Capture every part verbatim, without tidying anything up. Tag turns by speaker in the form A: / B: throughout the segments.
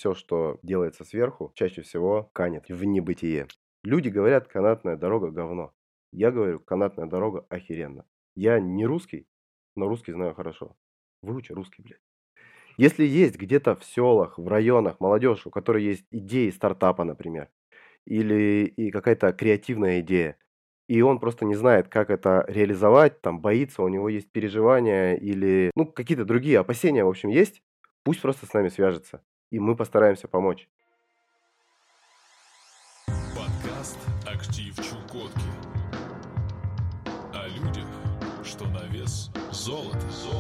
A: все, что делается сверху, чаще всего канет в небытие. Люди говорят, канатная дорога говно. Я говорю, канатная дорога охеренно. Я не русский, но русский знаю хорошо. Выучи русский, блядь. Если есть где-то в селах, в районах молодежь, у которой есть идеи стартапа, например, или и какая-то креативная идея, и он просто не знает, как это реализовать, там боится, у него есть переживания или, ну, какие-то другие опасения, в общем, есть, пусть просто с нами свяжется, и мы постараемся помочь.
B: Подкаст «Актив Чукотки». О людях, что на вес золота.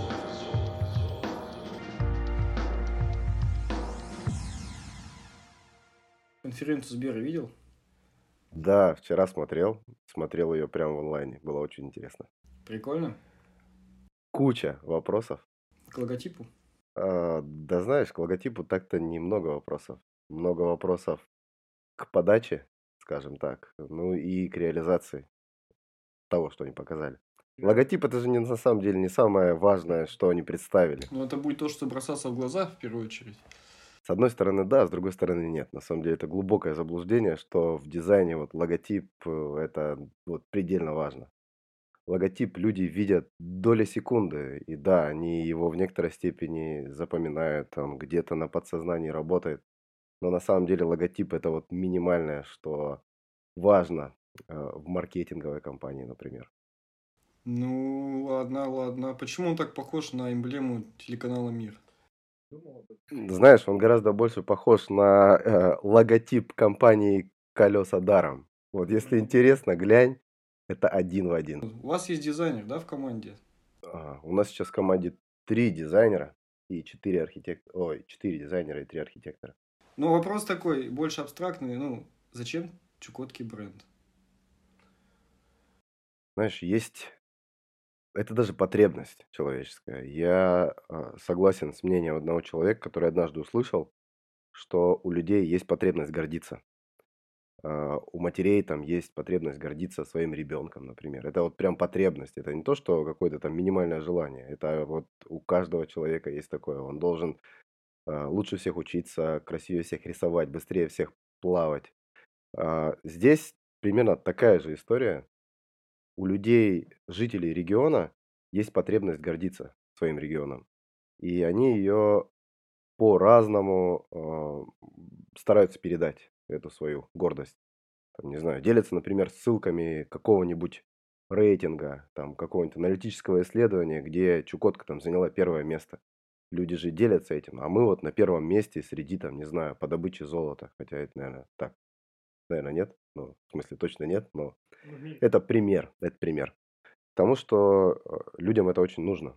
C: Конференцию Сбера видел?
A: Да, вчера смотрел, смотрел ее прямо в онлайне, было очень интересно.
C: Прикольно.
A: Куча вопросов.
C: К логотипу?
A: А, да знаешь, к логотипу так-то немного вопросов. Много вопросов к подаче, скажем так, ну и к реализации того, что они показали. Логотип это же не, на самом деле не самое важное, что они представили.
C: Ну, это будет то, что бросаться в глаза в первую очередь.
A: С одной стороны, да, с другой стороны, нет. На самом деле, это глубокое заблуждение, что в дизайне вот логотип э, это вот предельно важно. Логотип люди видят доли секунды, и да, они его в некоторой степени запоминают, он где-то на подсознании работает. Но на самом деле логотип это вот минимальное, что важно э, в маркетинговой компании, например.
C: Ну, ладно, ладно. Почему он так похож на эмблему телеканала «Мир»?
A: Знаешь, он гораздо больше похож на э, логотип компании «Колеса даром». Вот если интересно, глянь, это один в один.
C: У вас есть дизайнер, да, в команде?
A: А, у нас сейчас в команде три дизайнера и четыре архитектора. Ой, четыре дизайнера и три архитектора.
C: Ну, вопрос такой, больше абстрактный. Ну, зачем Чукотки бренд?
A: Знаешь, есть... Это даже потребность человеческая. Я э, согласен с мнением одного человека, который однажды услышал, что у людей есть потребность гордиться. А, у матерей там есть потребность гордиться своим ребенком, например. Это вот прям потребность. Это не то, что какое-то там минимальное желание. Это вот у каждого человека есть такое. Он должен а, лучше всех учиться, красивее всех рисовать, быстрее всех плавать. А, здесь примерно такая же история. У людей, жителей региона, есть потребность гордиться своим регионом. И они ее по-разному а, стараются передать, эту свою гордость. Там, не знаю, делятся, например, ссылками какого-нибудь рейтинга, там, какого-нибудь аналитического исследования, где Чукотка там заняла первое место. Люди же делятся этим, а мы вот на первом месте среди, там, не знаю, по добыче золота. Хотя это, наверное, так, наверное, нет. Ну, в смысле, точно нет, но это пример, это пример. Потому что э, людям это очень нужно.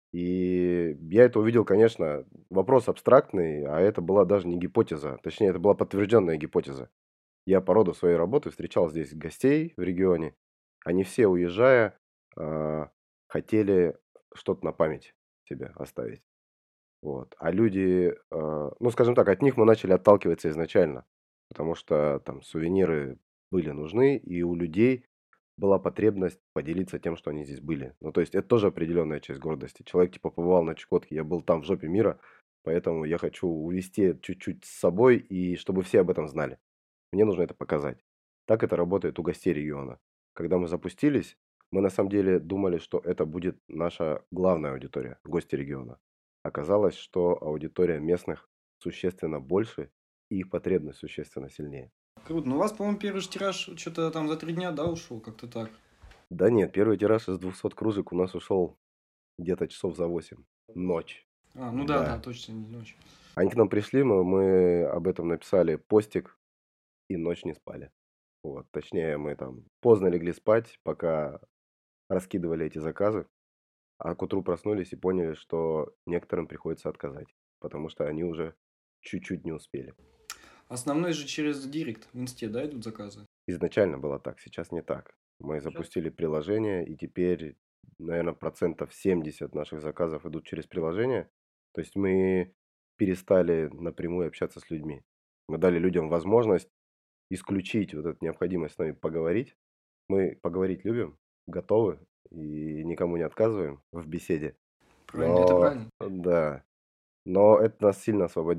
A: И я это увидел, конечно, вопрос абстрактный, а это была даже не гипотеза. Точнее, это была подтвержденная гипотеза. Я по роду своей работы встречал здесь гостей в регионе. Они все, уезжая, а, хотели что-то на память себе оставить. Вот. А люди, а, ну, скажем так, от них мы начали отталкиваться изначально, потому что там сувениры были нужны, и у людей была потребность поделиться тем, что они здесь были. Ну, то есть это тоже определенная часть гордости. Человек типа побывал на Чукотке, я был там в жопе мира, поэтому я хочу увезти чуть-чуть с собой, и чтобы все об этом знали. Мне нужно это показать. Так это работает у гостей региона. Когда мы запустились, мы на самом деле думали, что это будет наша главная аудитория, гости региона. Оказалось, что аудитория местных существенно больше, и их потребность существенно сильнее.
C: Круто. Ну, у вас, по-моему, первый же тираж что-то там за три дня, да, ушел? Как-то так.
A: Да нет, первый тираж из двухсот кружек у нас ушел где-то часов за восемь. Ночь.
C: А, ну да, да,
A: Да.
C: точно, не ночь.
A: Они к нам пришли, мы, мы об этом написали постик и ночь не спали. Вот. Точнее, мы там поздно легли спать, пока раскидывали эти заказы, а к утру проснулись и поняли, что некоторым приходится отказать, потому что они уже чуть-чуть не успели.
C: Основной же через Директ в Инсте, да, идут заказы?
A: Изначально было так, сейчас не так. Мы запустили приложение, и теперь, наверное, процентов семьдесят наших заказов идут через приложение. То есть мы перестали напрямую общаться с людьми. Мы дали людям возможность исключить вот эту необходимость с нами поговорить. Мы поговорить любим, готовы и никому не отказываем в беседе.
C: Правильно, это
A: Но
C: правильно.
A: да, но это нас сильно освободило.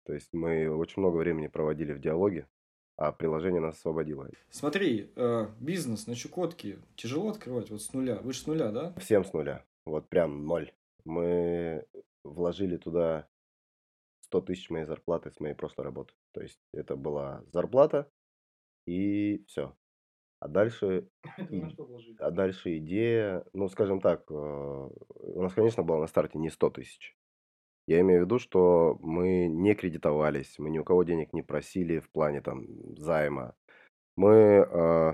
A: То есть мы очень много времени проводили в диалоге, а приложение нас освободило.
C: Смотри, э, бизнес на Чукотке тяжело открывать вот с нуля. Вы же с нуля, да?
A: Всем с нуля. Вот прям ноль. Мы вложили туда сто тысяч моей зарплаты с моей прошлой работы. То есть это была зарплата и все. А дальше,
C: Это
A: и-
C: на что вложили?
A: а дальше идея, ну, скажем так, э, у нас, конечно, было на старте не сто тысяч. Я имею в виду, что мы не кредитовались, мы ни у кого денег не просили в плане там займа. Мы, э,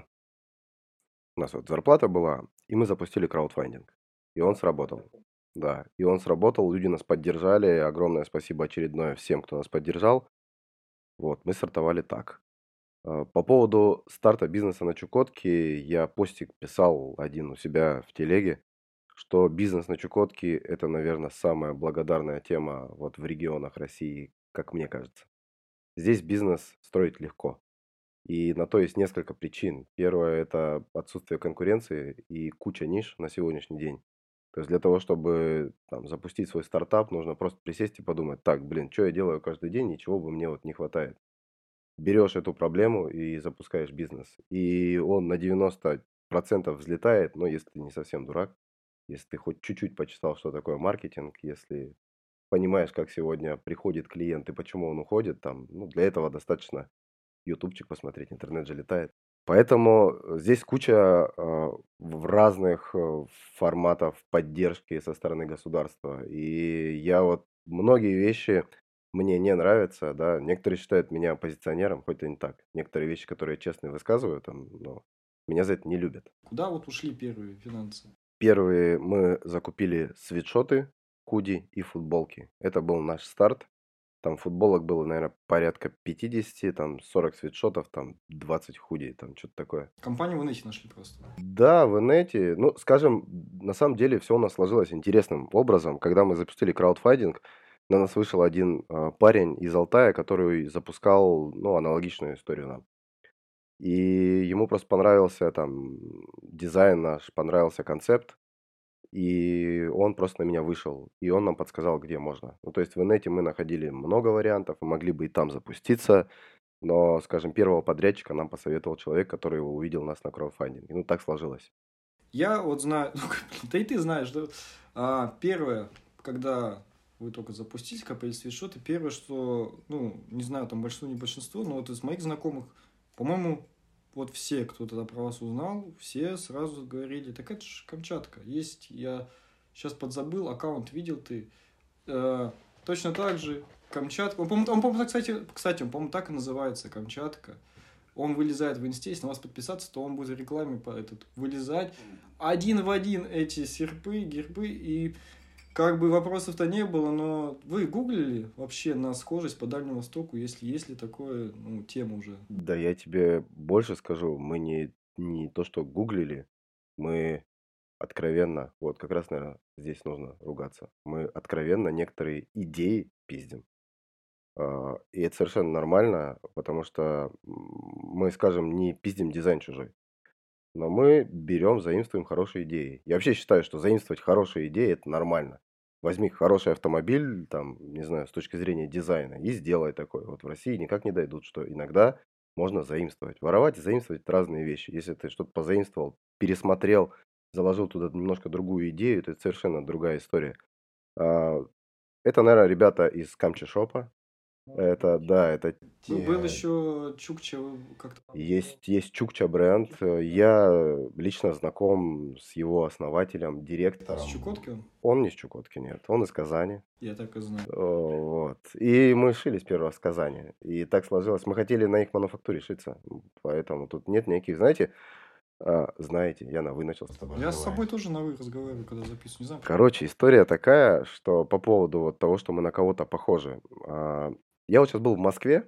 A: у нас вот зарплата была, и мы запустили краудфандинг. И он сработал. Да, и он сработал, люди нас поддержали. Огромное спасибо очередное всем, кто нас поддержал. Вот, мы стартовали так. Э, По поводу старта бизнеса на Чукотке, я постик писал один у себя в телеге, что бизнес на Чукотке – это, наверное, самая благодарная тема вот в регионах России, как мне кажется. Здесь бизнес строить легко. И на то есть несколько причин. Первое – это отсутствие конкуренции и куча ниш на сегодняшний день. То есть для того, чтобы там, запустить свой стартап, нужно просто присесть и подумать, так, блин, что я делаю каждый день и чего бы мне вот не хватает. Берешь эту проблему и запускаешь бизнес. И он на девяносто процентов взлетает, но если ты не совсем дурак, если ты хоть чуть-чуть почитал, что такое маркетинг, если понимаешь, как сегодня приходит клиент и почему он уходит, там, ну, для этого достаточно ютубчик посмотреть, интернет же летает. Поэтому э, здесь куча э, в разных э, форматов поддержки со стороны государства. И я вот многие вещи мне не нравятся, да. Некоторые считают меня оппозиционером, хоть это не так. Некоторые вещи, которые я честно высказываю, там, но меня за это не любят.
C: Куда вот ушли первые финансы?
A: Первые мы закупили свитшоты, худи и футболки. Это был наш старт. Там футболок было, наверное, порядка пятьдесят, там сорок свитшотов, там двадцать худи, там что-то такое.
C: Компанию в инете нашли просто.
A: Да, в инете, ну, скажем, на самом деле все у нас сложилось интересным образом. Когда мы запустили краудфандинг, на нас вышел один а, парень из Алтая, который запускал, ну, аналогичную историю нам. И ему просто понравился там дизайн наш, понравился концепт. И он просто на меня вышел, и он нам подсказал, где можно. Ну, то есть в инете мы находили много вариантов, мы могли бы и там запуститься, но, скажем, первого подрядчика нам посоветовал человек, который его увидел у нас на краудфандинге. Ну, так сложилось.
C: Я вот знаю, ну, да и ты знаешь, да, а, первое, когда вы только запустились, копили свитшоты, первое, что, ну, не знаю, там большинство, не большинство, но вот из моих знакомых, по-моему, вот все, кто тогда про вас узнал, все сразу говорили, так это же Камчатка, есть, я сейчас подзабыл, аккаунт видел ты, Э, точно так же Камчатка, он, по-моему, он, по-моему, кстати, кстати, он, по-моему, так и называется, Камчатка. Он вылезает в инсте, если на вас подписаться, то он будет в рекламе по этот вылезать. Один в один эти серпы, гербы, и как бы вопросов-то не было, но вы гуглили вообще на схожесть по Дальнему Востоку, если есть ли такое, ну, тема уже?
A: Да, я тебе больше скажу, мы не, не то, что гуглили, мы откровенно, вот как раз, наверное, здесь нужно ругаться, мы откровенно некоторые идеи пиздим. А, И это совершенно нормально, потому что м, мы, скажем, не пиздим дизайн чужой. Но мы берем, заимствуем хорошие идеи. Я вообще считаю, что заимствовать хорошие идеи – это нормально. Возьми хороший автомобиль, там, не знаю, с точки зрения дизайна, и сделай такой. Вот в России никак не дойдут, что иногда можно заимствовать. Воровать и заимствовать – это разные вещи. Если ты что-то позаимствовал, пересмотрел, заложил туда немножко другую идею, то это совершенно другая история. А, Это, наверное, ребята из Камчи Шопа. Это, да, это
C: Ну, был
A: те-
C: еще Чукча, вы как-то...
A: есть, есть Чукча бренд. Э, Я лично знаком с его основателем,
C: С
A: директором.
C: Чукотки он?
A: Он не с Чукотки, нет, он из Казани.
C: Я так и знаю.
A: Э, Вот. И мы шились первый раз в Казани. И так сложилось. Мы хотели на их мануфактуре шиться. Поэтому тут нет никаких, знаете, а, знаете, я на вы начал с тобой
C: Я с
A: разговаривать.
C: собой тоже на вы разговариваю, когда записываю. Не знаю, почему.
A: Короче, история такая, что по поводу вот того, что мы на кого-то похожи. А, Я вот сейчас был в Москве,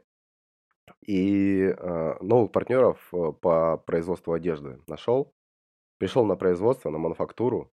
A: и а, новых партнеров э, по производству одежды нашел. Пришел на производство, на мануфактуру,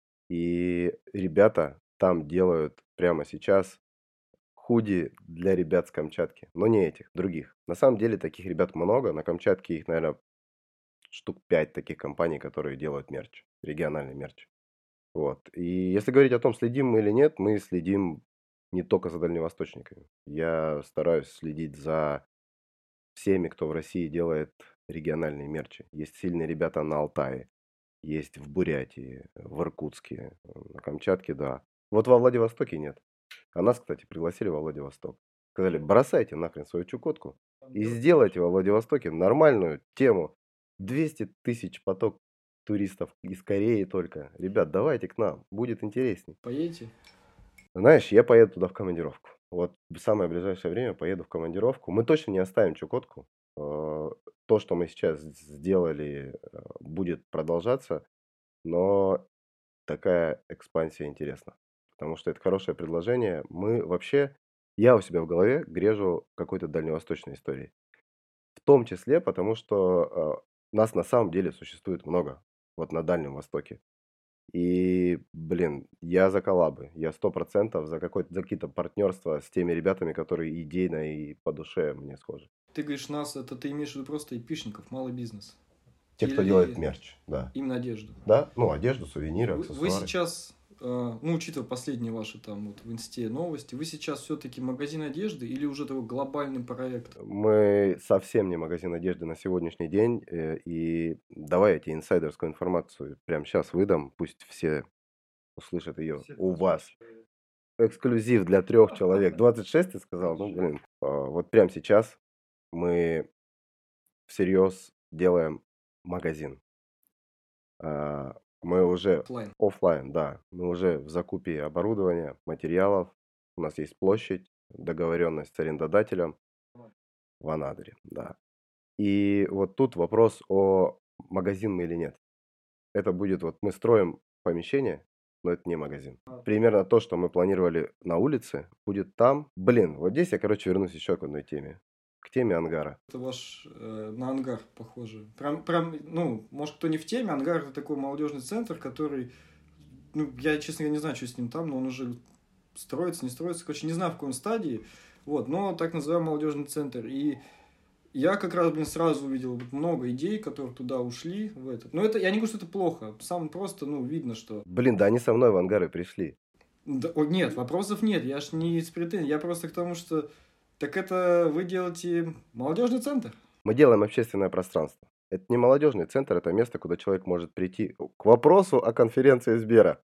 A: и ребята там делают прямо сейчас худи для ребят с Камчатки. Но не этих, других. На самом деле таких ребят много. На Камчатке их, наверное, штук пять таких компаний, которые делают мерч, региональный мерч. Вот. И если говорить о том, следим мы или нет, мы следим не только за дальневосточниками. Я стараюсь следить за всеми, кто в России делает региональные мерчи. Есть сильные ребята на Алтае, есть в Бурятии, в Иркутске, на Камчатке, да. Вот во Владивостоке нет. А нас, кстати, пригласили во Владивосток. Сказали, бросайте нахрен свою Чукотку и сделайте во Владивостоке нормальную тему. двести тысяч поток туристов из Кореи только. Ребят, давайте к нам, будет интересней.
C: Поедете?
A: Знаешь, я поеду туда в командировку. Вот в самое ближайшее время поеду в командировку. Мы точно не оставим Чукотку. Э, То, что мы сейчас сделали, э, будет продолжаться, но такая экспансия интересна. Потому что это хорошее предложение. Мы вообще, я у себя в голове грежу какой-то дальневосточной историей. В том числе, потому что э, нас на самом деле существует много. Вот на Дальнем Востоке. И, блин, я за коллабы. Я сто процентов за, какое-то, за какие-то партнерства с теми ребятами, которые идейно и по душе мне схожи.
C: Ты говоришь нас, это ты имеешь в виду просто эпишников, малый бизнес?
A: Те, кто
C: Или
A: делает мерч, да.
C: именно одежду?
A: Да, ну, одежду, сувениры,
C: Вы, вы
A: аксессуары.
C: сейчас, э, ну, учитывая последние ваши там вот в инсте новости, вы сейчас все-таки магазин одежды или уже такой глобальный проект?
A: Мы совсем не магазин одежды на сегодняшний день. э, И давай я тебе инсайдерскую информацию прямо сейчас выдам. Пусть все услышат ее у вас. Эксклюзив для трех человек. двадцать шесть ты сказал? Ну, блин. а, Вот прямо сейчас мы всерьез делаем магазин. А, Мы уже
C: Оффлайн.
A: оффлайн, да. Мы уже в закупе оборудования, материалов. У нас есть площадь, договоренность с арендодателем в Анадыре, да. И вот тут вопрос о магазин мы или нет. Это будет вот мы строим помещение, но это не магазин. Примерно то, что мы планировали на улице, будет там. Блин, вот здесь я, короче, вернусь еще к одной теме. К теме ангара.
C: Это ваш э, на ангар похоже. Прям, прям, ну, может, кто не в теме, ангар это такой молодежный центр, который, ну, я, честно говоря, не знаю, что с ним там, но он уже строится, не строится, короче, не знаю, в какой стадии. Вот, но так называемый молодежный центр. И я как раз, блин, сразу увидел вот много идей, которые туда ушли в этот. Но это, я не говорю, что это плохо. Сам просто, ну, видно, что...
A: Блин, да они со мной в ангары пришли.
C: Да, о, нет, вопросов нет. Я ж не из претензий. Я просто к тому, что... Так это вы делаете молодежный центр?
A: Мы делаем общественное пространство. Это не молодежный центр, это место, куда человек может прийти. К вопросу о конференции Сбера.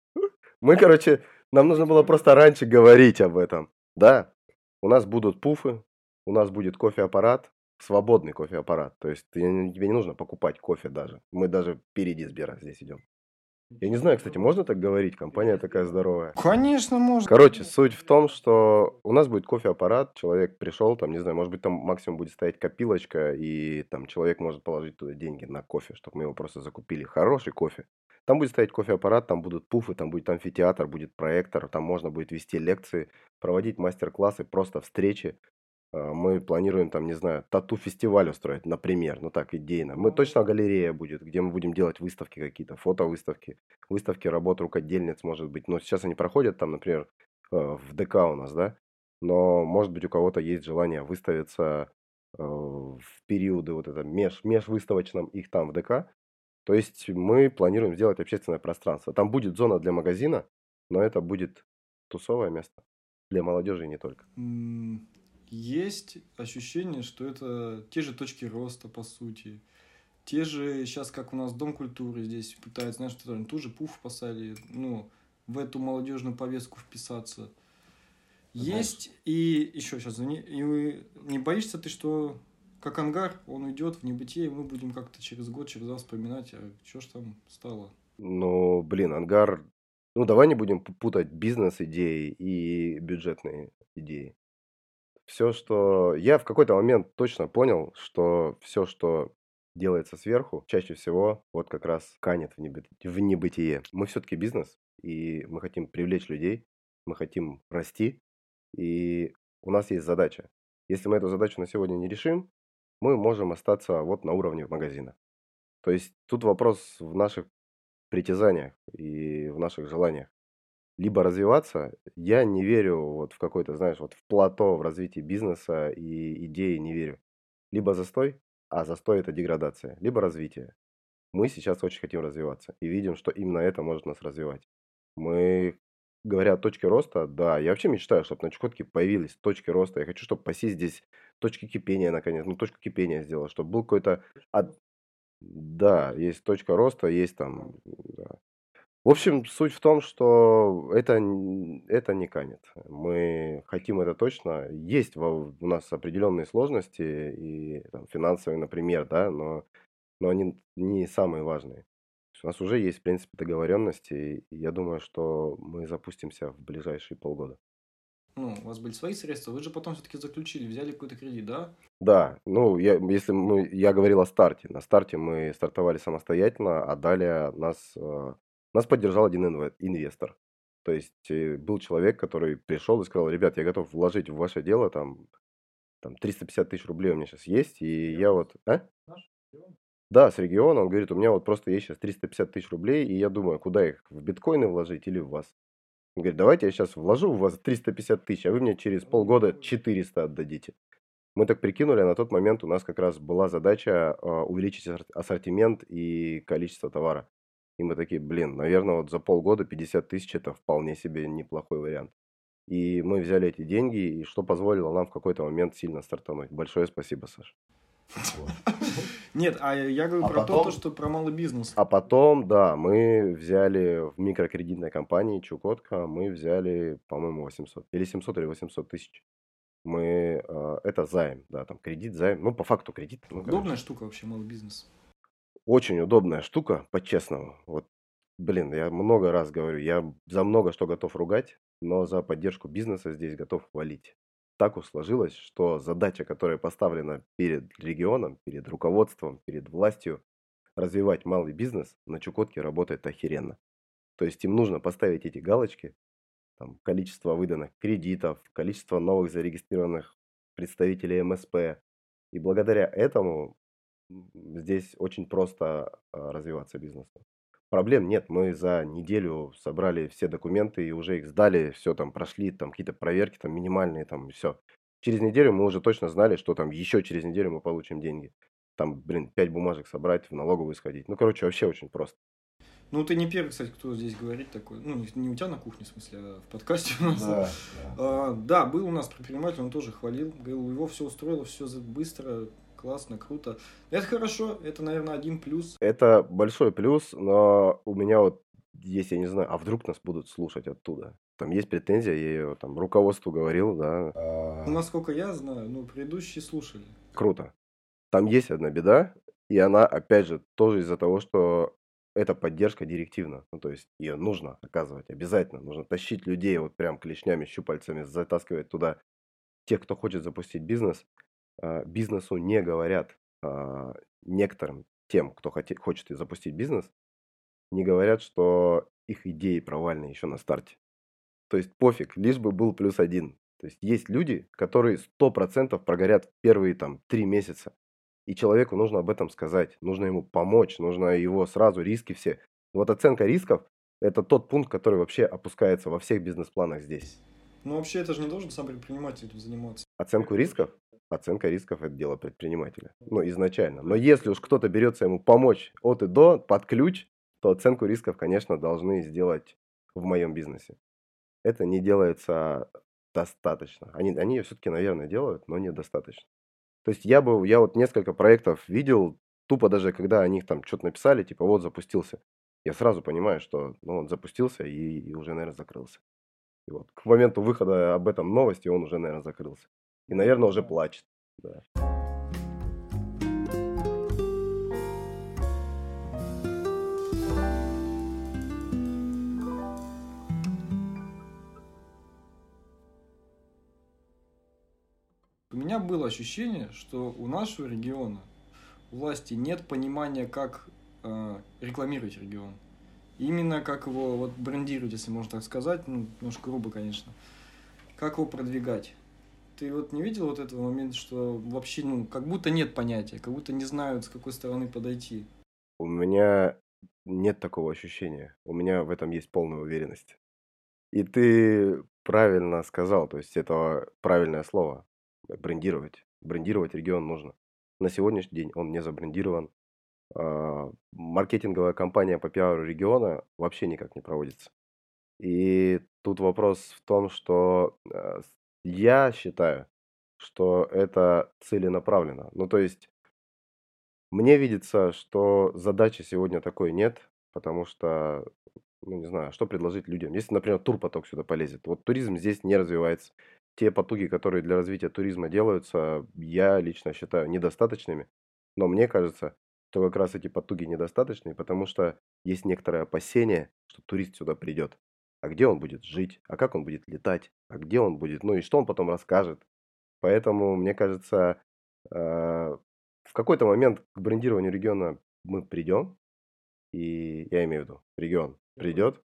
A: Мы, короче, нам нужно было просто раньше говорить об этом. Да, у нас будут пуфы, у нас будет кофеаппарат, свободный кофеаппарат. То есть ты, тебе не нужно покупать кофе даже. Мы даже впереди Сбера здесь идем. Я не знаю, кстати, можно так говорить? Компания такая здоровая.
C: Конечно, можно.
A: Короче, суть в том, что у нас будет кофеаппарат, человек пришел, там, не знаю, может быть, там максимум будет стоять копилочка, и там человек может положить туда деньги на кофе, чтобы мы его просто закупили. Хороший кофе. Там будет стоять кофеаппарат, там будут пуфы, там будет амфитеатр, будет проектор, там можно будет вести лекции, проводить мастер-классы, просто встречи. А, Мы планируем там, не знаю, тату-фестиваль устроить, например, ну так, идейно. Мы точно галерея будет, где мы будем делать выставки какие-то, фотовыставки, выставки работ рукодельниц, может быть. Но сейчас они проходят там, например, э, в ДК у нас, да. Но, может быть, у кого-то есть желание выставиться э, в периоды вот это меж, межвыставочном их там в ДК. То есть мы планируем сделать общественное пространство. Там будет зона для магазина, но это будет тусовое место для молодежи и не только.
C: М, Есть ощущение, что это те же точки роста, по сути. Те же, сейчас как у нас Дом культуры здесь пытаются, знаешь, что ту же пуф поставили, ну, в эту молодежную повестку вписаться. Есть и еще сейчас, извини, и вы- не боишься ты, что как ангар, он уйдет в небытие, и мы будем как-то через год, через два вспоминать, а что ж там стало?
A: Ну, блин, ангар. Ну, давай не будем пу- путать бизнес-идеи и бюджетные идеи. Все, что... Я в какой-то момент точно понял, что все, что делается сверху, чаще всего вот как раз канет в, небы- в небытие. Мы все-таки бизнес, и мы хотим привлечь людей, мы хотим расти, и у нас есть задача. Если мы эту задачу на сегодня не решим, мы можем остаться вот на уровне магазина. То есть тут вопрос в наших притязаниях и в наших желаниях. Либо развиваться, я не верю вот в какой-то, знаешь, вот в плато в развитии бизнеса и идеи не верю. Либо застой, а застой это деградация, либо развитие. Мы сейчас очень хотим развиваться и видим, что именно это может нас развивать. Мы говоря о точке роста, да, я вообще мечтаю, чтобы на Чукотке появились точки роста. Я хочу, чтобы паси здесь точки кипения наконец, ну, точку кипения сделать, чтобы был какой-то... от- Да, есть точка роста, есть там... да. В общем, суть в том, что это, н- это не канет. Мы хотим это точно. Есть во- у нас определенные сложности, и там, финансовые, например, да, но, но они не самые важные. То есть у нас уже есть, в принципе, договоренности, и я думаю, что мы запустимся в ближайшие полгода.
C: Ну, у вас были свои средства, вы же потом все-таки заключили, взяли какой-то кредит, да?
A: Да, ну, я, если мы, я говорил о старте. На старте мы стартовали самостоятельно, а далее нас, э, нас поддержал один инве- инвестор. То есть э, был человек, который пришел и сказал: ребят, я готов вложить в ваше дело там, там триста пятьдесят тысяч рублей у меня сейчас есть, и я вот... А? Да, с региона. Он говорит: у меня вот просто есть сейчас триста пятьдесят тысяч рублей, и я думаю, куда их, в биткоины вложить или в вас? Он говорит: давайте я сейчас вложу в вас триста пятьдесят тысяч, а вы мне через полгода четыреста отдадите. Мы так прикинули, а на тот момент у нас как раз была задача а, увеличить ассор- ассортимент и количество товара. И мы такие: блин, наверное, вот за полгода пятьдесят тысяч это вполне себе неплохой вариант. И мы взяли эти деньги, и что позволило нам в какой-то момент сильно стартануть. Большое спасибо, Саш. Вот.
C: Нет, а я говорю
A: А
C: про то, то,
A: потом,
C: что про малый бизнес.
A: а потом, да, мы взяли в микрокредитной компании Чукотка, мы взяли, по-моему, восемьсот или семьсот или восемьсот тысяч. Мы, а, это займ, да, там кредит, займ, ну, по факту кредит, ну,
C: Удобная
A: короче.
C: штука вообще, малый бизнес.
A: Очень удобная штука, по-честному. Вот, блин, я много раз говорю, я за много что готов ругать, но за поддержку бизнеса здесь готов хвалить. Так уж сложилось, что задача, которая поставлена перед регионом, перед руководством, перед властью, развивать малый бизнес, на Чукотке работает охеренно. То есть им нужно поставить эти галочки, там, количество выданных кредитов, количество новых зарегистрированных представителей эм эс пэ. И благодаря этому м, здесь очень просто а, развиваться бизнесу. Проблем нет. Мы за неделю собрали все документы и уже их сдали, все там прошли, там какие-то проверки там минимальные, там все. Через неделю мы уже точно знали, что там еще через неделю мы получим деньги. Там, блин, пять бумажек собрать, в налоговую сходить. Ну, короче, вообще очень просто.
C: Ну, ты не первый, кстати, кто здесь говорит такое. Ну, не, не у тебя на кухне, в смысле, а в подкасте у нас.
A: Да,
C: А, да, был у нас предприниматель, он тоже хвалил. Говорил, его все устроило, все быстро, классно, круто. Это хорошо, это, наверное, один плюс.
A: Это большой плюс, но у меня вот есть, я не знаю, а вдруг нас будут слушать оттуда? Там есть претензия, я ее там руководству говорил, да.
C: Ну, насколько я знаю, ну, предыдущие слушали.
A: Круто. Там есть одна беда, и она, опять же, тоже из-за того, что эта поддержка директивна. Ну, то есть ее нужно оказывать обязательно. Нужно тащить людей вот прям клешнями, щупальцами, затаскивать туда тех, кто хочет запустить бизнес. А, Бизнесу не говорят, а, некоторым, тем, кто хоте- хочет запустить бизнес, не говорят, что их идеи провальные еще на старте. То есть пофиг, лишь бы был плюс один. То есть есть люди, которые сто процентов прогорят в первые там три месяца. И человеку нужно об этом сказать, нужно ему помочь, нужно его сразу, риски все. Вот оценка рисков – это тот пункт, который вообще опускается во всех бизнес-планах здесь.
C: Ну, вообще, это же не должен сам предприниматель этим заниматься.
A: Оценку рисков? Оценка рисков – это дело предпринимателя. Ну, изначально. Но если уж кто-то берется ему помочь от и до, под ключ, то оценку рисков, конечно, должны сделать в моем бизнесе. Это не делается достаточно. Они, они ее все-таки, наверное, делают, но недостаточно. То есть я бы, я вот несколько проектов видел, тупо даже когда они там что-то написали, типа вот запустился. Я сразу понимаю, что ну, он запустился и, и уже, наверное, закрылся. И вот к моменту выхода об этом новости он уже, наверное, закрылся. И, наверное, уже плачет. Да.
C: У меня было ощущение, что у нашего региона у власти нет понимания, как э, рекламировать регион. Именно как его вот брендировать, если можно так сказать, ну, немножко грубо, конечно. Как его продвигать. Ты вот не видел вот этого момента, что вообще, ну, как будто нет понятия, как будто не знают, с какой стороны подойти.
A: У меня нет такого ощущения. У меня в этом есть полная уверенность. И ты правильно сказал, то есть это правильное слово. Брендировать. Брендировать регион нужно. На сегодняшний день он не забрендирован. А, Маркетинговая кампания по пиару региона вообще никак не проводится. И тут вопрос в том, что э, с- я считаю, что это целенаправленно. Ну, то есть мне видится, что задачи сегодня такой нет, потому что, ну, не знаю, что предложить людям. Если, например, турпоток сюда полезет, вот туризм здесь не развивается. Те потуги, которые для развития туризма делаются, я лично считаю недостаточными. Но мне кажется, что как раз эти потуги недостаточные, потому что есть некоторое опасение, что турист сюда придет. А где он будет жить? А как он будет летать? А где он будет? Ну и что он потом расскажет? Поэтому, мне кажется, э, в какой-то момент к брендированию региона мы придем, и я имею в виду, регион придет,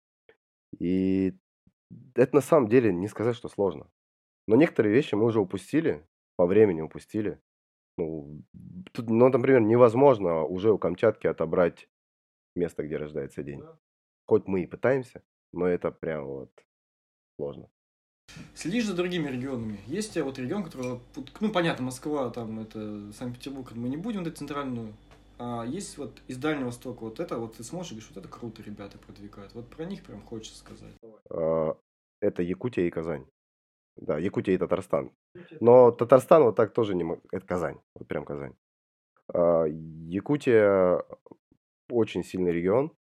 A: и это на самом деле не сказать, что сложно. Но некоторые вещи мы уже упустили, по времени упустили. Ну, тут, ну, например, невозможно уже у Камчатки отобрать место, где рождается день.
C: Да.
A: Хоть мы и пытаемся, но это прям вот сложно.
C: Следишь за другими регионами? Есть у тебя вот регион, который, вот, ну, понятно, Москва, там, это Санкт-Петербург, мы не будем, вот эту центральную. А есть вот из Дальнего Востока, вот это вот ты смотришь и говоришь, вот это круто ребята продвигают. Вот про них прям хочется сказать.
A: А, Это Якутия и Казань. Да, Якутия и Татарстан. Но Татарстан вот так тоже не мог. Это Казань, вот прям Казань. А, Якутия очень сильный регион,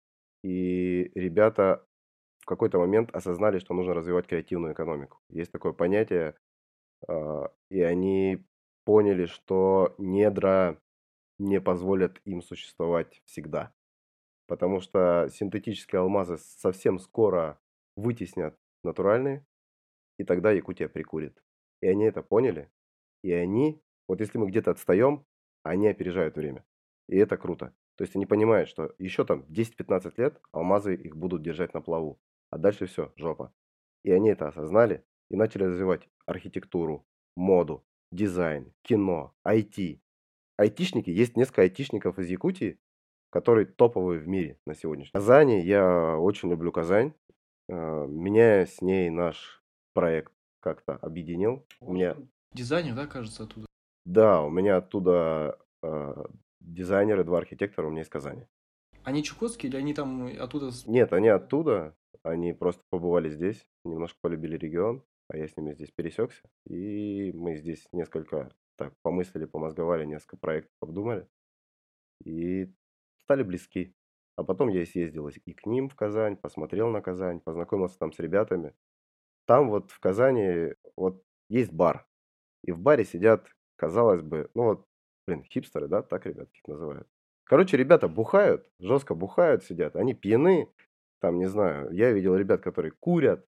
A: и ребята в какой-то момент осознали, что нужно развивать креативную экономику. Есть такое понятие, а, и они поняли, что недра не позволят им существовать всегда, потому что синтетические алмазы совсем скоро вытеснят натуральные, и тогда Якутия прикурит. И они это поняли, и они, вот если мы где-то отстаем, они опережают время. И это круто. То есть они понимают, что еще там десять-пятнадцать лет алмазы их будут держать на плаву, а дальше все, жопа. И они это осознали и начали развивать архитектуру, моду, дизайн, кино, ай ти. Айтишники, есть несколько айтишников из Якутии, которые топовые в мире на сегодняшний день. Казани, я очень люблю Казань. Э, Меня с ней наш проект как-то объединил. У
C: Вот
A: меня,
C: он, дизайнер, да, кажется, оттуда.
A: да, у меня оттуда э, дизайнеры, два архитектора у меня из Казани.
C: Они чукотские или они там оттуда... с-
A: Нет, они оттуда, они просто побывали здесь, немножко полюбили регион, а я с ними здесь пересекся. И мы здесь несколько так помыслили, помозговали, несколько проектов обдумали и стали близки. А потом я съездил и к ним в Казань, посмотрел на Казань, познакомился там с ребятами. Там вот в Казани вот есть бар. И в баре сидят, казалось бы, ну вот, блин, хипстеры, да, так ребят их называют. Короче, ребята бухают, жестко бухают, сидят. Они пьяны, там, не знаю, я видел ребят, которые курят,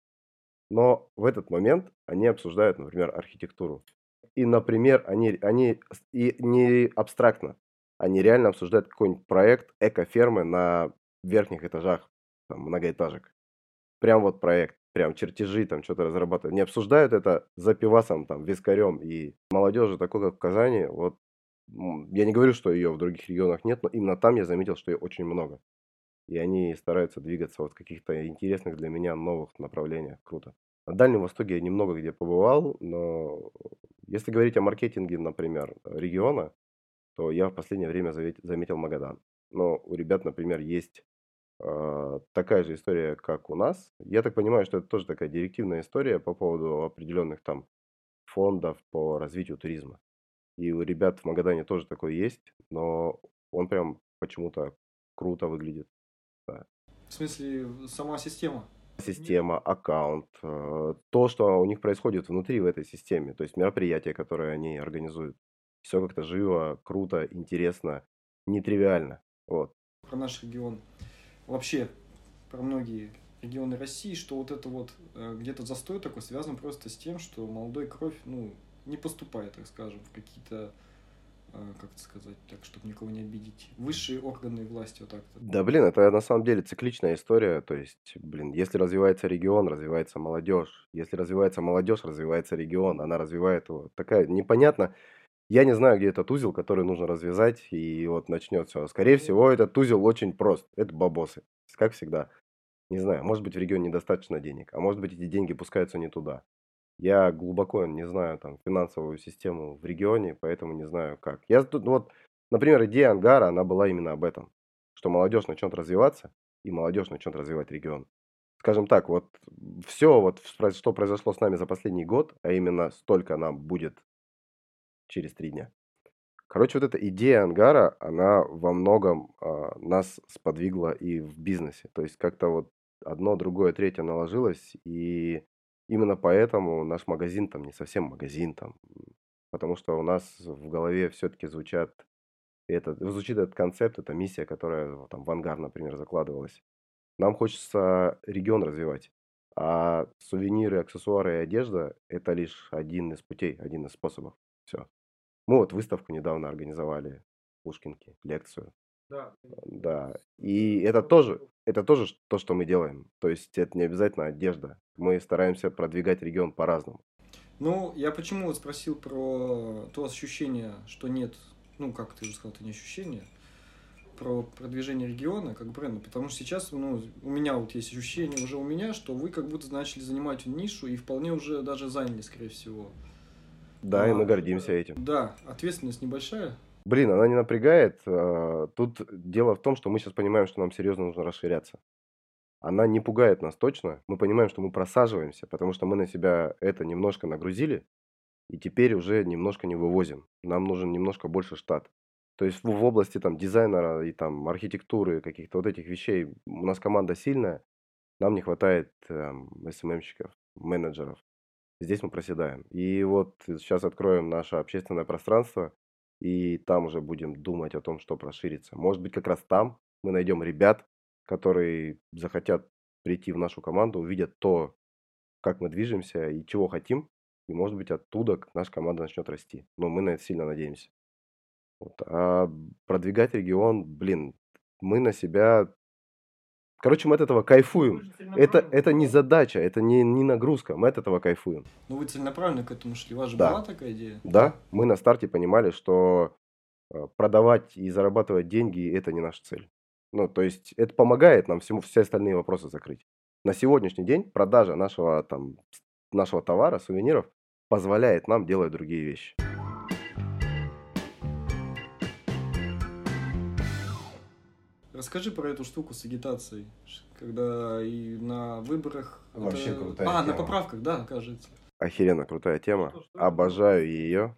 A: но в этот момент они обсуждают, например, архитектуру. И, например, они, они с- и не абстрактно, они реально обсуждают какой-нибудь проект экофермы на верхних этажах там, многоэтажек. Прям вот проект, прям чертежи, там что-то разрабатывают. Не обсуждают это за пивасом, там, вискарем. И молодежи такой, как в Казани, вот м, я не говорю, что ее в других регионах нет, но именно там я заметил, что ее очень много. И они стараются двигаться вот в каких-то интересных для меня новых направлениях. Круто. На Дальнем Востоке я немного где побывал, но если говорить о маркетинге, например, региона, то я в последнее время завет- заметил Магадан. Но у ребят, например, есть а, такая же история, как у нас. Я так понимаю, что это тоже такая директивная история по поводу определенных там фондов по развитию туризма. И у ребят в Магадане тоже такое есть, но он прям почему-то круто выглядит. Да.
C: В смысле, сама система.
A: Система, аккаунт, э, то, что у них происходит внутри в этой системе, то есть мероприятия, которые они организуют. Все как-то живо, круто, интересно, нетривиально. Вот.
C: Про наш регион. Вообще, про многие регионы России, что вот это вот э, где-то застой такой связан просто с тем, что молодой кровь, ну, не поступает, так скажем, в какие-то, э, как это сказать, так, чтобы никого не обидеть, высшие органы власти, вот так-то.
A: Да, блин, это на самом деле цикличная история. То есть, блин, если развивается регион, развивается молодежь. Если развивается молодежь, развивается регион. Она развивает его. Такая непонятно. Я не знаю, где этот узел, который нужно развязать, и вот начнет все. Скорее всего, этот узел очень прост. Это бабосы. Как всегда. Не знаю, может быть, в регионе недостаточно денег, а может быть, эти деньги пускаются не туда. Я глубоко не знаю там финансовую систему в регионе, поэтому не знаю как. Я тут вот, например, идея ангара, она была именно об этом, что молодежь начнет развиваться, и молодежь начнет развивать регион. Скажем так, вот все, вот спра что произошло с нами за последний год, а именно столько нам будет через три дня. Короче, вот эта идея ангара, она во многом, а, нас сподвигла и в бизнесе. То есть как-то вот одно, другое, третье наложилось, и именно поэтому наш магазин там не совсем магазин там, м, потому что у нас в голове все-таки звучат этот звучит этот концепт, эта миссия, которая вот там в ангар, например, закладывалась. Нам хочется регион развивать, а сувениры, аксессуары и одежда- это лишь один из путей, один из способов. Все. Мы вот выставку недавно организовали в Пушкинке, лекцию.
C: Да.
A: Да, и это тоже это тоже ш то, что мы делаем. То есть это не обязательно одежда. Мы стараемся продвигать регион по-разному.
C: Ну, я почему вот спросил про то ощущение, что нет, ну, как ты уже сказал, это не ощущение, про продвижение региона как бренда, потому что сейчас, ну, у меня вот есть ощущение уже у меня, что вы как будто начали занимать нишу и вполне уже даже заняли, скорее всего.
A: Да, и мы
C: А,
A: гордимся этим.
C: да, ответственность небольшая.
A: Блин, она не напрягает. а, Тут дело в том, что мы сейчас понимаем, что нам серьезно нужно расширяться. Она не пугает нас точно. Мы понимаем, что мы просаживаемся, потому что мы на себя это немножко нагрузили, и теперь уже немножко не вывозим. Нам нужен немножко больше штат. То есть в, в области там дизайнера и там архитектуры, каких-то вот этих вещей у нас команда сильная, нам не хватает эм, эс эм эм-щиков, менеджеров. Здесь мы проседаем. И вот сейчас откроем наше общественное пространство, и там уже будем думать о том, что расшириться. Может быть, как раз там мы найдем ребят, которые захотят прийти в нашу команду, увидят то, как мы движемся и чего хотим, и, может быть, оттуда к- наша команда начнет расти. Но мы на это сильно надеемся. Вот. А продвигать регион, блин, мы на себя... Короче, мы от этого
C: Ну, вы
A: кайфуем.
C: же
A: Это,
C: целенаправленно,
A: это не
C: да?
A: задача, это не, не нагрузка, мы от этого кайфуем.
C: Ну, вы целенаправленно к этому шли. У вас же
A: Да,
C: была такая идея?
A: да, мы на старте понимали, что э, продавать и зарабатывать деньги– это не наша цель. Ну, то есть это помогает нам всему, все остальные вопросы закрыть. На сегодняшний день продажа нашего, там, с- нашего товара, сувениров, позволяет нам делать другие вещи.
C: Расскажи про эту штуку с агитацией, ш- когда и на выборах...
A: Вообще
C: это-
A: крутая
C: А, на
A: тема.
C: поправках, да, кажется.
A: Охеренно крутая тема.
C: Что, что это было?
A: Обожаю ее.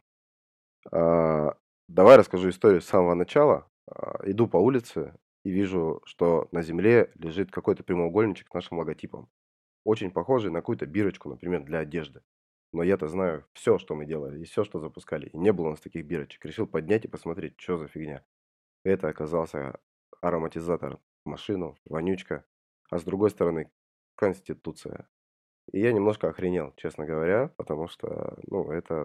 A: А, Давай расскажу историю с самого начала. А, Иду по улице и вижу, что на земле лежит какой-то прямоугольничек с нашим логотипом. Очень похожий на какую-то бирочку, например, для одежды. Но я-то знаю все, что мы делали, и все, что запускали. И не было у нас таких бирочек. Решил поднять и посмотреть, что за фигня. Это оказался ароматизатор в машину, вонючка. А с другой стороны, Конституция. И я немножко охренел, честно говоря, потому что, ну, это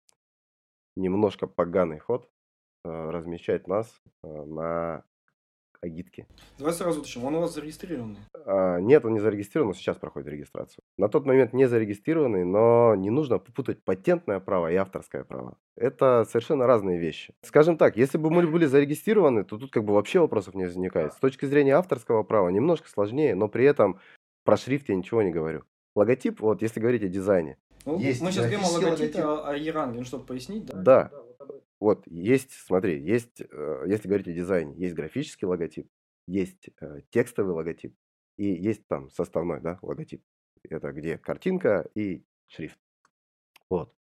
A: немножко поганый ход э, размещать нас э, на агитке.
C: Давай сразу уточним, он у вас зарегистрированный.
A: А, Нет, он не зарегистрирован, но сейчас проходит регистрацию. На тот момент не зарегистрированный, но не нужно путать патентное право и авторское право. Это совершенно разные вещи. Скажем так, если бы мы были зарегистрированы, то тут как бы вообще вопросов не возникает. С точки зрения авторского права немножко сложнее, но при этом про шрифт я ничего не говорю. Логотип, вот если говорить о дизайне.
C: Ну,
A: Есть
C: мы сейчас говорим о
A: графический
C: логотипе,
A: логотип.
C: о, о Еранге, ну, чтобы пояснить, да?
A: Да,
C: вот об этом.
A: вот есть, смотри, есть, э, если говорить о дизайне, есть графический логотип, есть э, текстовый логотип и есть там составной, да, логотип. Это где картинка и шрифт. Вот.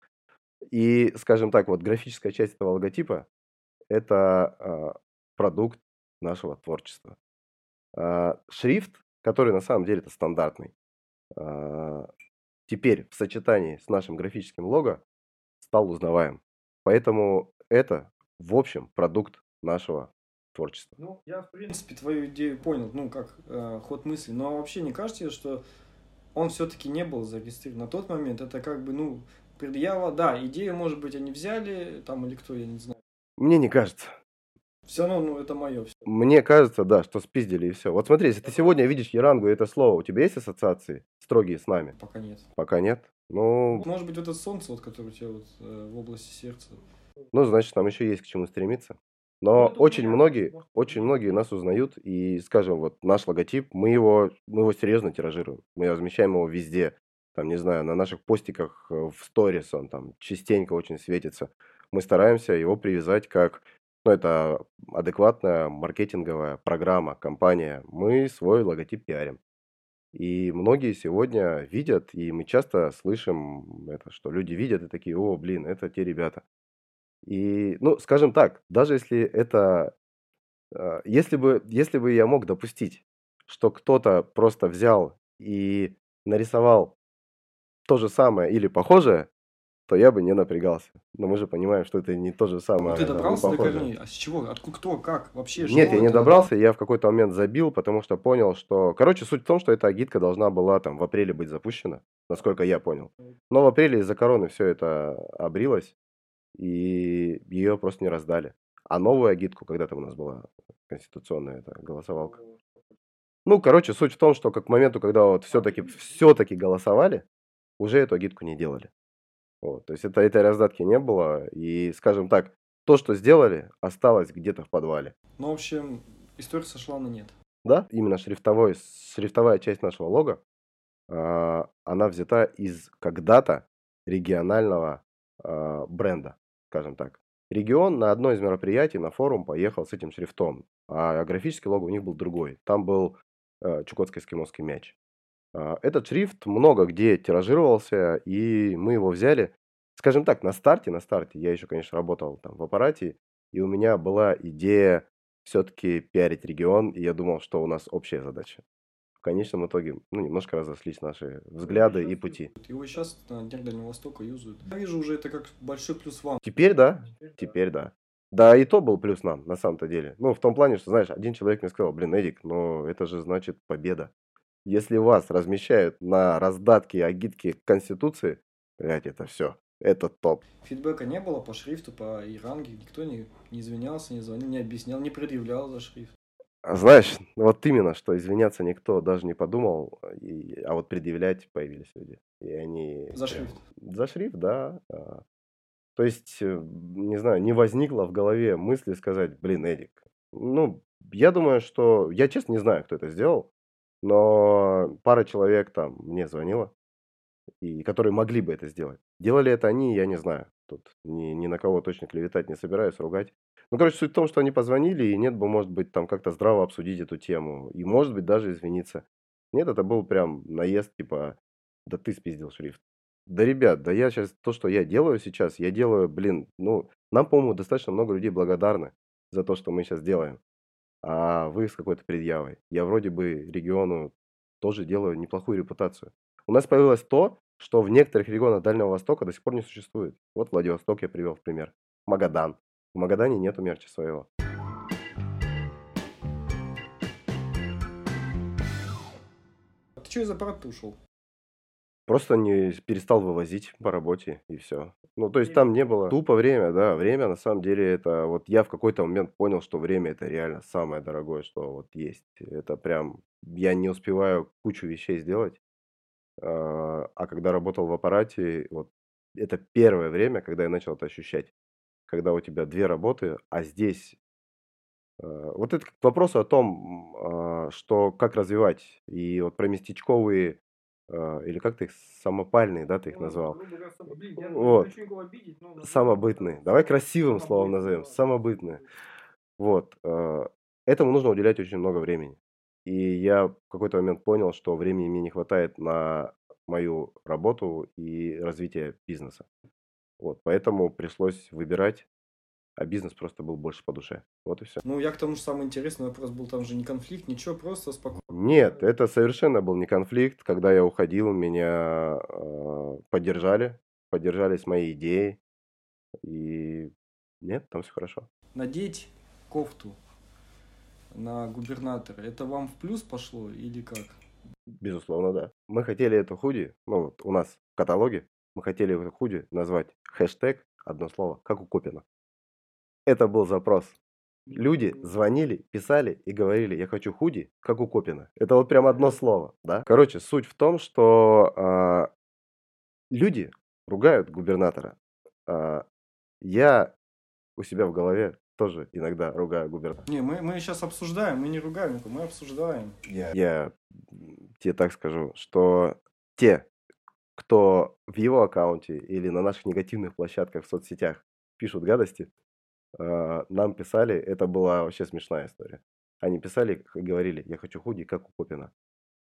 A: И, скажем так, вот графическая часть этого логотипа– это э, продукт нашего творчества. А, шрифт, который на самом деле это стандартный, а, теперь в сочетании с нашим графическим лого стал узнаваем. Поэтому это, в общем, продукт нашего творчества.
C: Ну, я, в принципе, твою идею понял, ну, как э, ход мысли, но вообще не кажется, что он все-таки не был зарегистрирован на тот момент, это как бы, ну, предъява, да, идею, может быть, они взяли, там, или кто, я не знаю.
A: Мне не кажется.
C: Все равно, ну, это мое все.
A: Мне кажется, да, что спиздили и все. Вот смотри, если ты сегодня видишь Ярангу и это слово, у тебя есть ассоциации строгие с нами?
C: Пока нет.
A: Пока нет. Ну,
C: Может быть, вот это солнце, вот, которое у тебя вот э, в области сердца.
A: ну, значит, нам еще есть к чему стремиться.
C: Ну,
A: Но
C: это у
A: очень
C: меня,
A: многие,
C: может,
A: очень многие нас узнают, и, скажем, вот наш логотип, мы его, мы его серьезно тиражируем. Мы размещаем его везде. Там, не знаю, на наших постиках э, в сторис он там частенько очень светится. Мы стараемся его привязать как, ну, это адекватная маркетинговая программа, компания. Мы свой логотип пиарим. И многие сегодня видят, и мы часто слышим это, что люди видят и такие: о, блин, это те ребята. И, ну, скажем так, даже если это, э, если бы, если бы я мог допустить, что кто-то просто взял и нарисовал то же самое или похожее, то я бы не напрягался. Но мы же понимаем, что это не то же
C: Ну,
A: самое
C: ты
A: там, и
C: добрался до
A: похожее.
C: корней? А с чего? Откуда? Кто? Как? Вообще,
A: Нет,
C: что
A: я не
C: это?
A: добрался, я в какой-то момент забил, потому что понял, что... Короче, суть в том, что эта агитка должна была там в апреле быть запущена, насколько я понял. Но в апреле из-за короны все это обрилось, и ее просто не раздали. А новую агитку, когда там у нас была конституционная эта голосовалка. Ну, короче, суть в том, что как к моменту, когда вот все-таки все-таки голосовали, уже эту агитку не делали. Вот, то есть это, этой раздатки не было, и, скажем так, то, что сделали, осталось где-то в подвале.
C: Ну, в общем, история сошла на нет.
A: Да, именно шрифтовой, шрифтовая часть нашего лого, а, она взята из когда-то регионального а, бренда, скажем так. Регион на одно из мероприятий, на форум поехал с этим шрифтом, а графический лого у них был другой. Там был э, Чукотско-эскимосский мяч. А, Этот шрифт много где тиражировался, и мы его взяли, скажем так, на старте, на старте, я еще, конечно, работал там в аппарате, и у меня была идея все-таки пиарить регион, и я думал, что у нас общая задача. В конечном итоге, ну, немножко разошлись наши взгляды и пути.
C: Его сейчас на Днях Дальнего Востока юзают. Я вижу уже это как большой плюс вам.
A: Теперь да, теперь да. Да, и то был плюс нам, на самом-то деле. Ну, в том плане, что, знаешь, один человек мне сказал: блин, Эдик, ну, это же значит победа. Если вас размещают на раздатке агитки Конституции, блядь, это все, это топ.
C: Фидбэка не было по шрифту, по иранге. Никто не, не извинялся, не звонил, не объяснял, не предъявлял за шрифт.
A: А знаешь, вот именно, что извиняться никто даже не подумал, и- а вот предъявлять появились люди. И они...
C: За
A: прям-
C: шрифт.
A: За шрифт, да. а. То есть, э, не знаю, не возникло в голове мысли сказать: блин, Эдик. Ну, я думаю, что... Я честно не знаю, кто это сделал, но пара человек там мне звонила, и которые могли бы это сделать. Делали это они, я не знаю. Тут ни, ни на кого точно клеветать не собираюсь, ругать. Ну, короче, суть в том, что они позвонили, и нет бы, может быть, там как-то здраво обсудить эту тему. И, может быть, даже извиниться. Нет, это был прям наезд, типа: да ты спиздил шрифт. Да, ребят, да я сейчас, то, что я делаю сейчас, я делаю, блин, ну, нам, по-моему, достаточно много людей благодарны за то, что мы сейчас делаем. А вы с какой-то предъявой. Я вроде бы региону тоже делаю неплохую репутацию. У нас появилось то, что в некоторых регионах Дальнего Востока до сих пор не существует. Вот Владивосток я привел в пример. Магадан. В Магадане нету мерча своего.
C: А ты что из аппарата ушел?
A: Просто не перестал вывозить по работе, и все. Ну, то есть там не было тупо время, да. Время, на самом деле, это... Вот я в какой-то момент понял, что время это реально самое дорогое, что вот есть. Это прям... Я не успеваю кучу вещей сделать. А а когда работал в аппарате, вот это первое время, когда я начал это ощущать. Когда у тебя две работы, а здесь... э, Вот это к вопросу о том, м, а, что как развивать. И вот про местечковые, а, или как ты их, самопальные, да, ты их назвал? Вот, самобытные. Давай красивым словом назовем. Самобытные. Вот. э, Этому нужно уделять очень много времени. И я в какой-то момент понял, что времени мне не хватает на мою работу и развитие бизнеса. Вот. Поэтому пришлось выбирать, а бизнес просто был больше по душе. Вот и все.
C: Ну, я к тому же самый интересный вопрос был, там же не конфликт, ничего, просто спокойно.
A: Нет, это совершенно был не конфликт. Когда я уходил, меня э, поддержали, поддержались мои идеи. И нет, там все хорошо.
C: Надеть кофту на губернатора, это вам в плюс пошло или как?
A: Безусловно, да. Мы хотели эту худи, ну вот у нас в каталоге, мы хотели эту худи назвать хэштег, одно слово, как у Копина. Это был запрос. Люди звонили, писали и говорили: я хочу худи, как у Копина. Это вот прям одно слово, да? Короче, суть в том, что а, люди ругают губернатора. А, я у себя в голове тоже иногда ругаю губернатора.
C: Не, мы, мы сейчас обсуждаем, мы не ругаем, никого, мы обсуждаем.
A: Я, я м, тебе так скажу, что те, кто в его аккаунте или на наших негативных площадках в соцсетях пишут гадости, а, нам писали, это была вообще смешная история. Они писали и говорили: я хочу худи, как у Копина.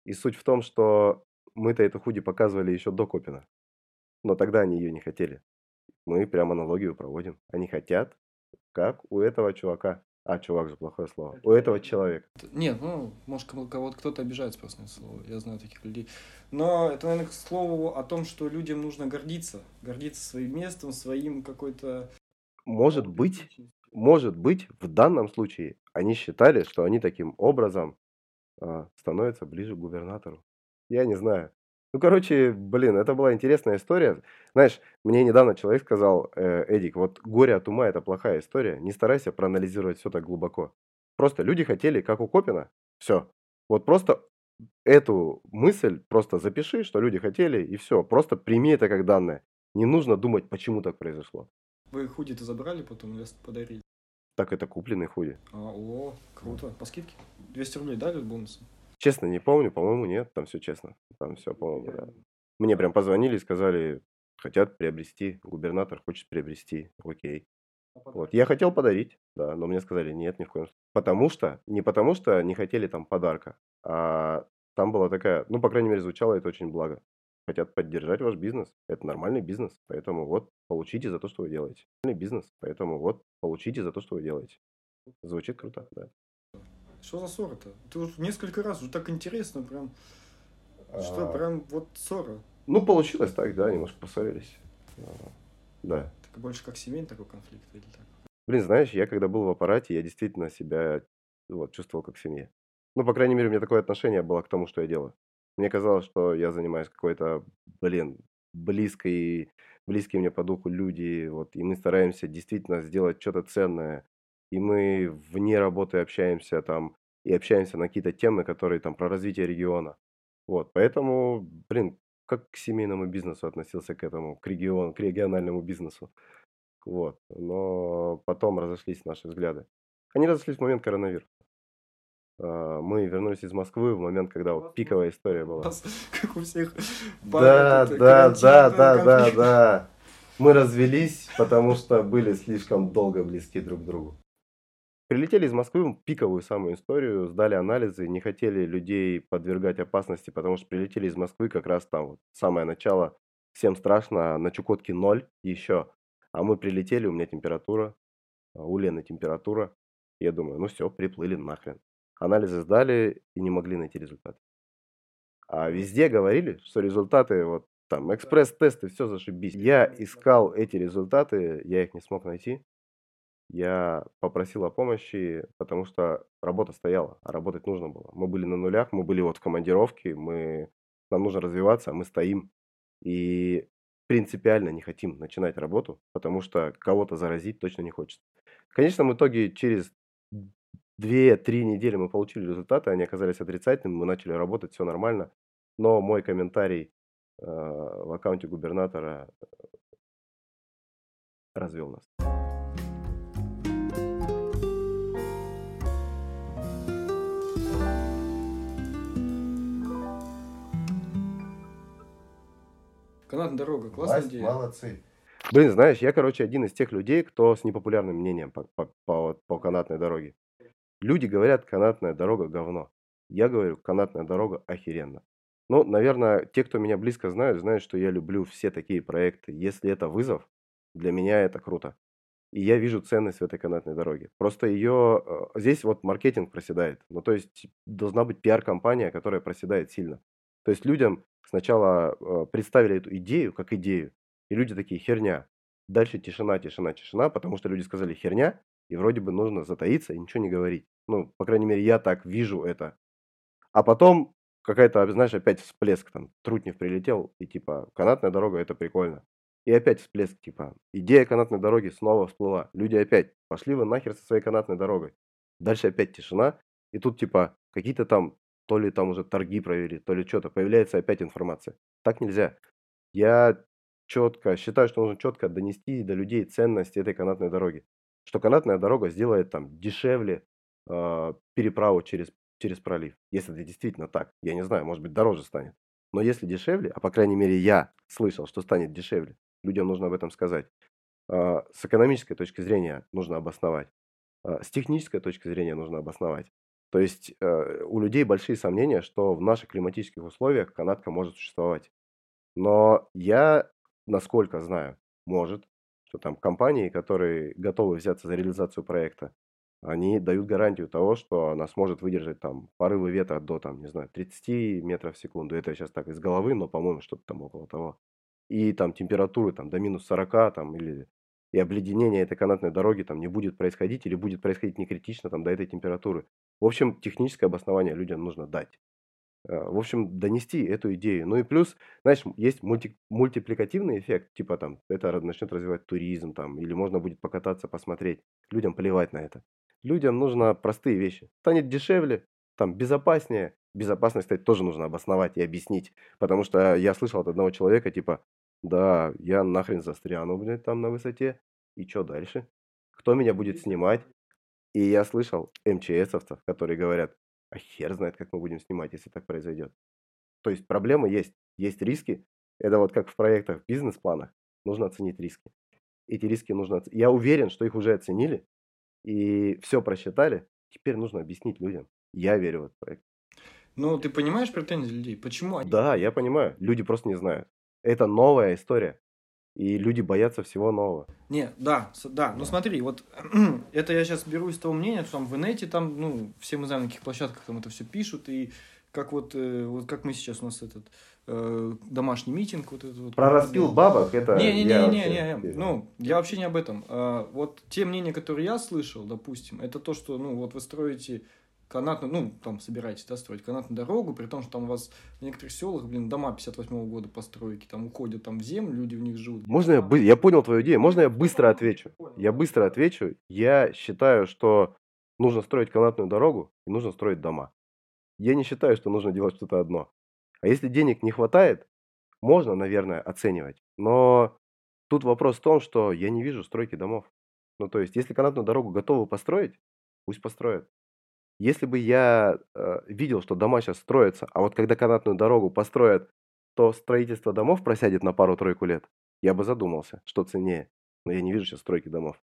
A: И суть в том, что мы-то эту худи показывали еще до Копина, но тогда они ее не хотели. Мы прям аналогию проводим. Они хотят, как у этого чувака. А, чувак же плохое слово. У этого человека.
C: Нет, ну, может, кому- кого-то кто-то обижается просто на это слово. Я знаю таких людей. Но это, наверное, к слову о том, что людям нужно гордиться. Гордиться своим местом, своим какой-то...
A: Может быть, может быть, в данном случае они считали, что они таким образом а, становятся ближе к губернатору. Я не знаю. Ну, короче, блин, это была интересная история. Знаешь, мне недавно человек сказал, э, Эдик, вот горе от ума – это плохая история. Не старайся проанализировать все так глубоко. Просто люди хотели, как у Копина, все. Вот просто эту мысль просто запиши, что люди хотели, и все. Просто прими это как данное. Не нужно думать, почему так произошло.
C: Вы худи-то забрали потом или подарили?
A: Так это купленный худи.
C: А, о, круто. По скидке? двести рублей дали бонусы?
A: Честно, не помню, по-моему, нет, там все честно. Там все, по-моему, да. Мне прям позвонили и сказали, хотят приобрести, губернатор хочет приобрести, окей. Вот. Я хотел подарить, да, но мне сказали, нет, ни в коем случае. Потому что, не потому что не хотели там подарка, а там была такая, ну, по крайней мере, звучало это очень благо. Хотят поддержать ваш бизнес, это нормальный бизнес, поэтому вот, получите за то, что вы делаете. Нормальный бизнес, поэтому вот, получите за то, что вы делаете. Звучит круто, да.
C: Что за ссора-то? Ты уже несколько раз, уже так интересно, прям, что
A: А,
C: прям вот ссора.
A: Ну, получилось так, да, немножко поссорились. А, Да.
C: Так больше как семейный такой конфликт или так?
A: Блин, знаешь, я когда был в аппарате, я действительно себя вот, чувствовал как в семье. Ну, по крайней мере, у меня такое отношение было к тому, что я делаю. Мне казалось, что я занимаюсь какой-то, блин, близкой, близкие мне по духу люди, вот, и мы стараемся действительно сделать что-то ценное. И мы вне работы общаемся там, и общаемся на какие-то темы, которые там про развитие региона. Вот, поэтому, блин, как к семейному бизнесу относился к этому, к региону, к региональному бизнесу. Вот. Но потом разошлись наши взгляды. Они разошлись в момент коронавируса. А, Мы вернулись из Москвы в момент, когда вот пиковая история
C: У
A: была.
C: нас, как у всех,
A: Да,
C: пара, это,
A: да,
C: карантин,
A: да,
C: да,
A: да, да,
C: конфликт.
A: да. Мы развелись, потому что были слишком долго близки друг к другу. Прилетели из Москвы в пиковую самую историю, сдали анализы, не хотели людей подвергать опасности, потому что прилетели из Москвы как раз там вот самое начало, всем страшно, на Чукотке ноль еще. А мы прилетели, у меня температура, а у Лены температура. Я думаю, ну все, приплыли нахрен. Анализы сдали и не могли найти результаты. А везде говорили, что результаты, вот там, экспресс-тесты, все зашибись. Я искал эти результаты, я их не смог найти. Я попросил о помощи, потому что работа стояла, а работать нужно было. Мы были на нулях, мы были вот в командировке, мы, нам нужно развиваться, а мы стоим. И принципиально не хотим начинать работу, потому что кого-то заразить точно не хочется. В конечном итоге через две-три недели мы получили результаты, они оказались отрицательными, мы начали работать, все нормально. Но мой комментарий э, в аккаунте губернатора развел нас.
C: Канатная дорога, классная идея.
A: Молодцы. Блин, знаешь, я, короче, один из тех людей, кто с непопулярным мнением по, по, по, по канатной дороге. Люди говорят, канатная дорога говно. Я говорю, канатная дорога охеренно. Ну, наверное, те, кто меня близко знают, знают, что я люблю все такие проекты. Если это вызов, для меня это круто. И я вижу ценность в этой канатной дороге. Просто ее... э, Здесь вот маркетинг проседает. Ну, то есть должна быть пиар-компания, которая проседает сильно. То есть людям сначала э, представили эту идею как идею, и люди такие, херня. Дальше тишина, тишина, тишина, потому что люди сказали херня, и вроде бы нужно затаиться и ничего не говорить. Ну, по крайней мере, я так вижу это. А потом какая-то, знаешь, опять всплеск, там, Трутнев прилетел, и типа, канатная дорога, это прикольно. И опять всплеск, типа, идея канатной дороги снова всплыла. Люди опять, пошли вы нахер со своей канатной дорогой. Дальше опять тишина, и тут, типа, какие-то там, то ли там уже торги провели, то ли что-то, появляется опять информация. Так нельзя. Я четко считаю, что нужно четко донести до людей ценность этой канатной дороги. Что канатная дорога сделает там дешевле э, переправу через, через пролив. Если это действительно так. Я не знаю, может быть, дороже станет. Но если дешевле, а по крайней мере я слышал, что станет дешевле, людям нужно об этом сказать. Э, с экономической точки зрения нужно обосновать. Э, с технической точки зрения нужно обосновать. То есть э, у людей большие сомнения, что в наших климатических условиях канатка может существовать. Но я, насколько знаю, может, что там компании, которые готовы взяться за реализацию проекта, они дают гарантию того, что она сможет выдержать там порывы ветра до там, не знаю, тридцати метров в секунду. Это я сейчас так из головы, но, по-моему, что-то там около того. И там температуры там до минус сорока там или и обледенение этой канатной дороги там не будет происходить или будет происходить не критично там до этой температуры. В общем, техническое обоснование людям нужно дать. Э, В общем, донести эту идею. Ну и плюс, знаешь, м, есть мульти- мультипликативный эффект, типа там это ра- начнет развивать туризм там, или можно будет покататься, посмотреть. Людям плевать на это. Людям нужно простые вещи. Станет дешевле, там безопаснее. Безопасность, кстати, тоже нужно обосновать и объяснить. Потому что я слышал от одного человека, типа, да, я нахрен застряну, блядь, там на высоте. И что дальше? Кто меня будет снимать? И я слышал МЧСовцев, которые говорят, а хер знает, как мы будем снимать, если так произойдет. То есть проблемы есть, есть риски. Это вот как в проектах, в бизнес-планах. Нужно оценить риски. Эти риски нужно оц- Я уверен, что их уже оценили и все просчитали. Теперь нужно объяснить людям. Я верю в этот проект.
C: Но ты понимаешь претензии людей? Почему они...
A: Да, я понимаю. Люди просто не знают. Это новая история. И люди боятся всего нового.
C: Не, да, с- да, ну смотри, вот это я сейчас беру из того мнения, что там в инете, там, ну, все мы знаем, на каких площадках там это все пишут, и как вот, э, вот как мы сейчас, у нас этот э, домашний митинг, вот этот вот.
A: Про распил бабок это я
C: Не-не-не-не-не,
A: вообще...
C: ну, я вообще не об этом. А, вот те мнения, которые я слышал, допустим, это то, что, ну, вот вы строите канатную, ну, там, собираетесь, да, строить канатную дорогу, при том, что там у вас в некоторых селах, блин, дома пятьдесят восьмого года постройки, там уходят там в землю, люди в них живут.
A: Можно я, бы- я понял твою идею, можно я быстро отвечу? Я быстро отвечу. Я считаю, что нужно строить канатную дорогу и нужно строить дома. Я не считаю, что нужно делать что-то одно. А если денег не хватает, можно, наверное, оценивать. Но тут вопрос в том, что я не вижу стройки домов. Ну, то есть, если канатную дорогу готовы построить, пусть построят. Если бы я э, видел, что дома сейчас строятся, а вот когда канатную дорогу построят, то строительство домов просядет на пару-тройку лет, я бы задумался, что ценнее. Но я не вижу сейчас стройки домов.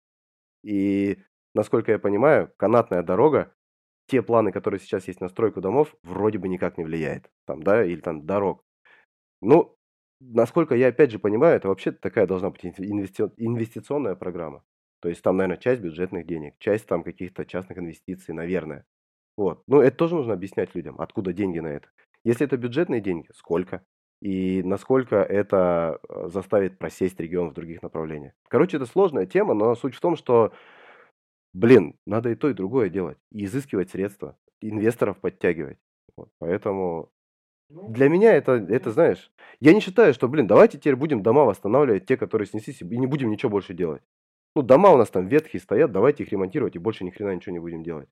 A: И, насколько я понимаю, канатная дорога, те планы, которые сейчас есть на стройку домов, вроде бы никак не влияет. Там, да, или там дорог. Ну, насколько я опять же понимаю, это вообще такая должна быть инвести- инвестиционная программа. То есть там, наверное, часть бюджетных денег, часть там каких-то частных инвестиций, наверное. Вот. Ну, это тоже нужно объяснять людям, откуда деньги на это. Если это бюджетные деньги, сколько? И насколько это э, заставит просесть регион в других направлениях. Короче, это сложная тема, но суть в том, что, блин, надо и то, и другое делать. И изыскивать средства, инвесторов подтягивать. Вот. Поэтому для меня это, это, знаешь, я не считаю, что, блин, давайте теперь будем дома восстанавливать, те, которые снеслись, и не будем ничего больше делать. Ну, дома у нас там ветхие стоят, давайте их ремонтировать и больше ни хрена ничего не будем делать.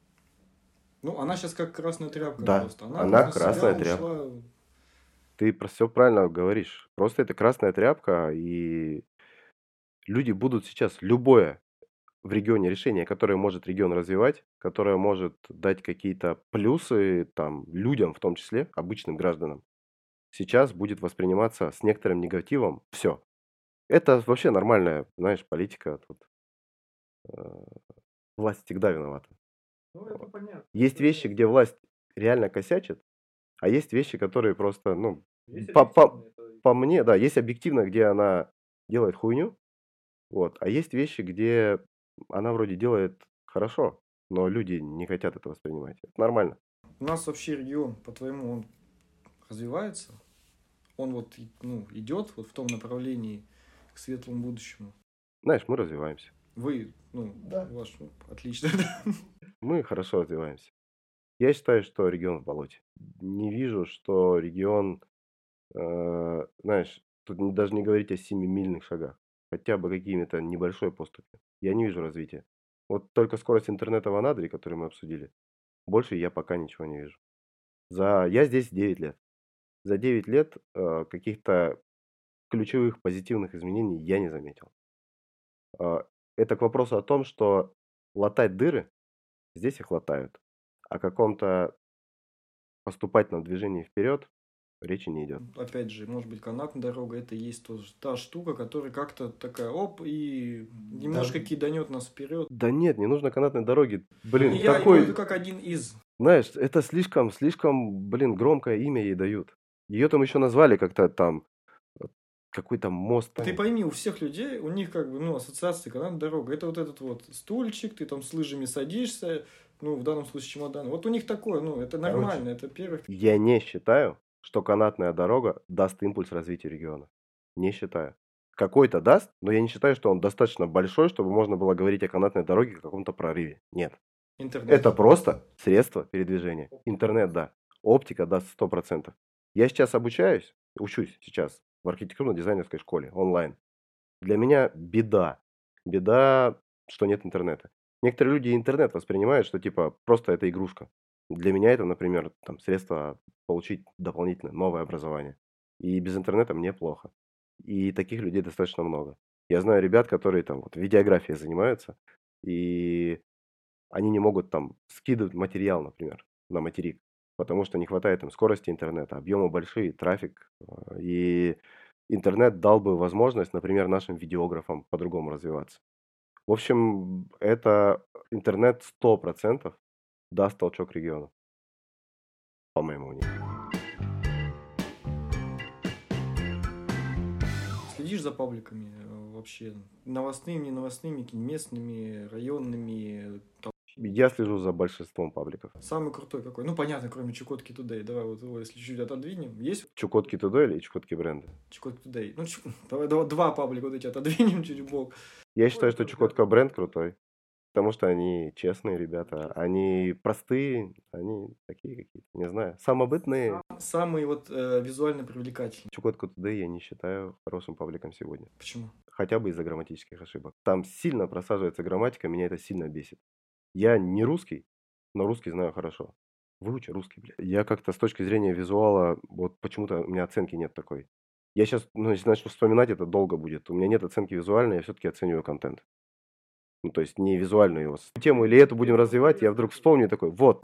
C: Ну, она сейчас как красная тряпка
A: Да,
C: просто. Она,
A: она
C: просто
A: красная
C: себя
A: тряпка.
C: ушла.
A: Ты про все правильно говоришь. Просто это красная тряпка, и люди будут сейчас любое в регионе решение, которое может регион развивать, которое может дать какие-то плюсы там людям, в том числе обычным гражданам, сейчас будет восприниматься с некоторым негативом. Все. Это вообще нормальная, знаешь, политика. Тут э, власть всегда виновата.
C: Ну, это понятно.
A: Есть вещи, где власть реально косячит, а есть вещи, которые просто, ну,
C: Есть
A: по, по,
C: объективно, это-
A: по мне, да, есть объективно, где она делает хуйню, вот, а есть вещи, где она вроде делает хорошо, но люди не хотят это воспринимать. Это нормально.
C: У нас вообще регион, по-твоему, он развивается? Он вот, и- ну, идет вот в том направлении к светлому будущему?
A: Знаешь, мы развиваемся.
C: Вы, ну,
A: Да.
C: ваш, ну, отлично.
A: Мы хорошо развиваемся. Я считаю, что регион в болоте. Не вижу, что регион, э, знаешь, тут не- даже не говорить о семимильных шагах, хотя бы какими-то небольшой поступью. Я не вижу развития. Вот только скорость интернета в Анадыре, которую мы обсудили, больше я пока ничего не вижу. За... Я здесь девять лет. За девять лет э, каких-то ключевых позитивных изменений я не заметил. А, Это к вопросу о том, что латать дыры, здесь их латают. О каком-то поступательном движении вперед речи не идет.
C: Опять же, может быть, канатная дорога это и есть тоже та штука, которая как-то такая оп и немножко киданет нас вперед.
A: Да нет, не нужно канатной дороги.
C: И
A: Блин,
C: я имею в
A: такой,
C: виду как один из.
A: знаешь, это слишком, слишком, блин, громкое имя ей дают. Ее там еще назвали как-то там, э, какой-то мост.
C: Ты пойми, у всех людей, у них как бы, ну, ассоциации канатная дорога. Это вот этот вот стульчик, ты там с лыжами садишься, ну, в данном случае чемодан. Вот у них такое, ну, это
A: Короче,
C: нормально, это первый.
A: Я не считаю, что канатная дорога даст импульс развитию региона. Не считаю. Какой-то даст, но я не считаю, что он достаточно большой, чтобы можно было говорить о канатной дороге как о каком-то прорыве. Нет.
C: Интернет.
A: Это просто средство передвижения. Интернет, да. Оптика даст сто процентов. Я сейчас обучаюсь, учусь сейчас в архитектурно-дизайнерской школе онлайн. Для меня беда. Беда, что нет интернета. Некоторые люди интернет воспринимают, что типа просто это игрушка. Для меня это, например, там, средство получить дополнительное новое образование. И без интернета мне плохо. И таких людей достаточно много. Я знаю ребят, которые там вот видеографией занимаются, и они не могут там скидывать материал, например, на материк, потому что не хватает им скорости интернета, объемы большие, трафик. э, И интернет дал бы возможность, например, нашим видеографам по-другому развиваться. В общем, это интернет сто процентов даст толчок региону, по моему мнению.
C: Следишь за пабликами э, вообще? Новостными, не новостными, какими местными, районными? Там
A: Я слежу за большинством пабликов.
C: самый крутой какой? Ну, понятно, кроме Чукотки Today. Давай вот его, если чуть отодвинем. Есть
A: Чукотки Тудой или Чукотки бренды?
C: Чукотки Today? Ну, Чу- давай, давай два паблика вот эти отодвинем чуть в бок.
A: Я считаю, что Чукотка бренд крутой, потому что они честные ребята, они простые, они такие какие-то, не знаю, самобытные.
C: Самый вот э, визуально привлекательный.
A: Чукотку Today я не считаю хорошим пабликом сегодня.
C: Почему?
A: Хотя бы из-за грамматических ошибок. Там сильно просаживается грамматика, меня это сильно бесит. Я не русский, но русский знаю хорошо. Выучи русский, блядь. Я как-то с точки зрения визуала, вот почему-то у меня оценки нет такой. Я сейчас, ну, если начну вспоминать, это долго будет. У меня нет оценки визуальной, я все-таки оцениваю контент. Ну, то есть не визуальную его. Тему или эту будем развивать, я вдруг вспомню и такой, вот.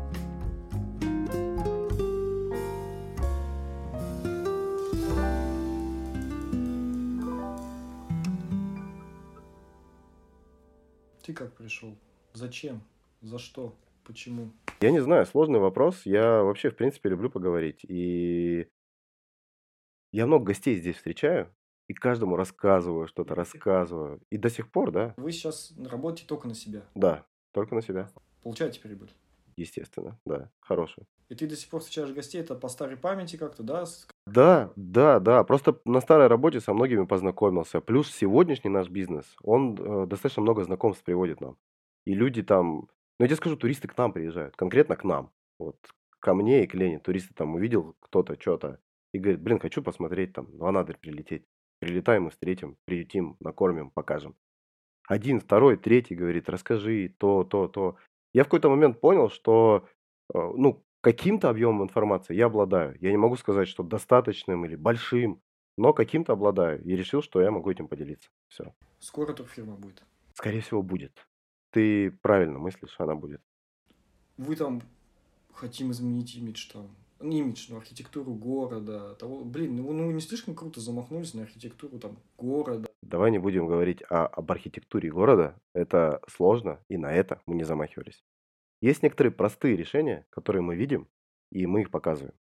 C: Ты как пришел? Зачем? За что? Почему?
A: Я не знаю, сложный вопрос. Я вообще, в принципе, люблю поговорить. И я много гостей здесь встречаю, и каждому рассказываю что-то, рассказываю. И до сих пор, да,
C: Вы сейчас работаете только на себя.
A: да, только на себя.
C: Получаете прибыль.
A: Естественно, да, хорошую.
C: И ты до сих пор встречаешь гостей, это по старой памяти как-то, да? с-
A: Да, да, да. Просто на старой работе со многими познакомился. Плюс сегодняшний наш бизнес, он э, достаточно много знакомств приводит нам. И люди там, ну я тебе скажу, туристы к нам приезжают, конкретно к нам. Вот ко мне и к Лене. Туристы там увидел кто-то что-то и говорит, блин, хочу посмотреть там, ну а надо прилететь. Прилетаем и встретим, приютим, накормим, покажем. Один, второй, третий говорит, расскажи то, то, то. Я в какой-то момент понял, что, э, ну, каким-то объемом информации я обладаю. Я не могу сказать, что достаточным или большим, но каким-то обладаю. И решил, что я могу этим поделиться. Все.
C: Скоро турфирма будет.
A: Скорее всего, будет. Ты правильно мыслишь, она будет.
C: Вы там хотим изменить имидж там. Не имидж, но архитектуру города. Того. Блин, ну, ну не слишком круто замахнулись на архитектуру там города.
A: Давай не будем говорить о, об архитектуре города. Это сложно, и на это мы не замахивались. Есть некоторые простые решения, которые мы видим, и мы их показываем.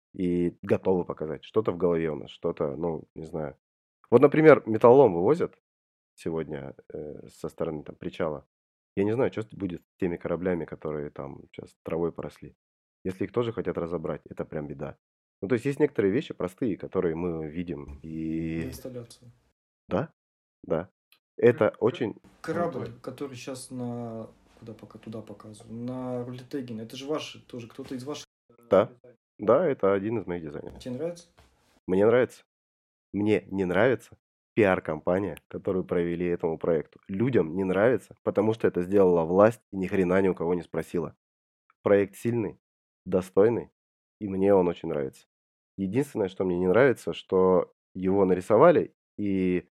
A: И готовы показать. Что-то в голове у нас, что-то, ну, не знаю. Вот, например, металлолом вывозят сегодня э, со стороны там причала. Я не знаю, что будет с теми кораблями, которые там сейчас травой поросли. Если их тоже хотят разобрать, это прям беда. Ну, то есть есть некоторые вещи простые, которые мы видим.
C: На
A: И
C: инсталляцию.
A: да, да. Это очень...
C: Корабль, который сейчас на... Куда пока туда показываю? На Рулетегин. Это же ваш тоже, кто-то из ваших.
A: Да, да, это один из моих дизайнеров.
C: Тебе нравится?
A: Мне нравится. Мне не нравится пиар-компания, которую провели этому проекту. Людям не нравится, потому что это сделала власть и ни хрена ни у кого не спросила. Проект сильный, достойный, и мне он очень нравится. Единственное, что мне не нравится, что его нарисовали и,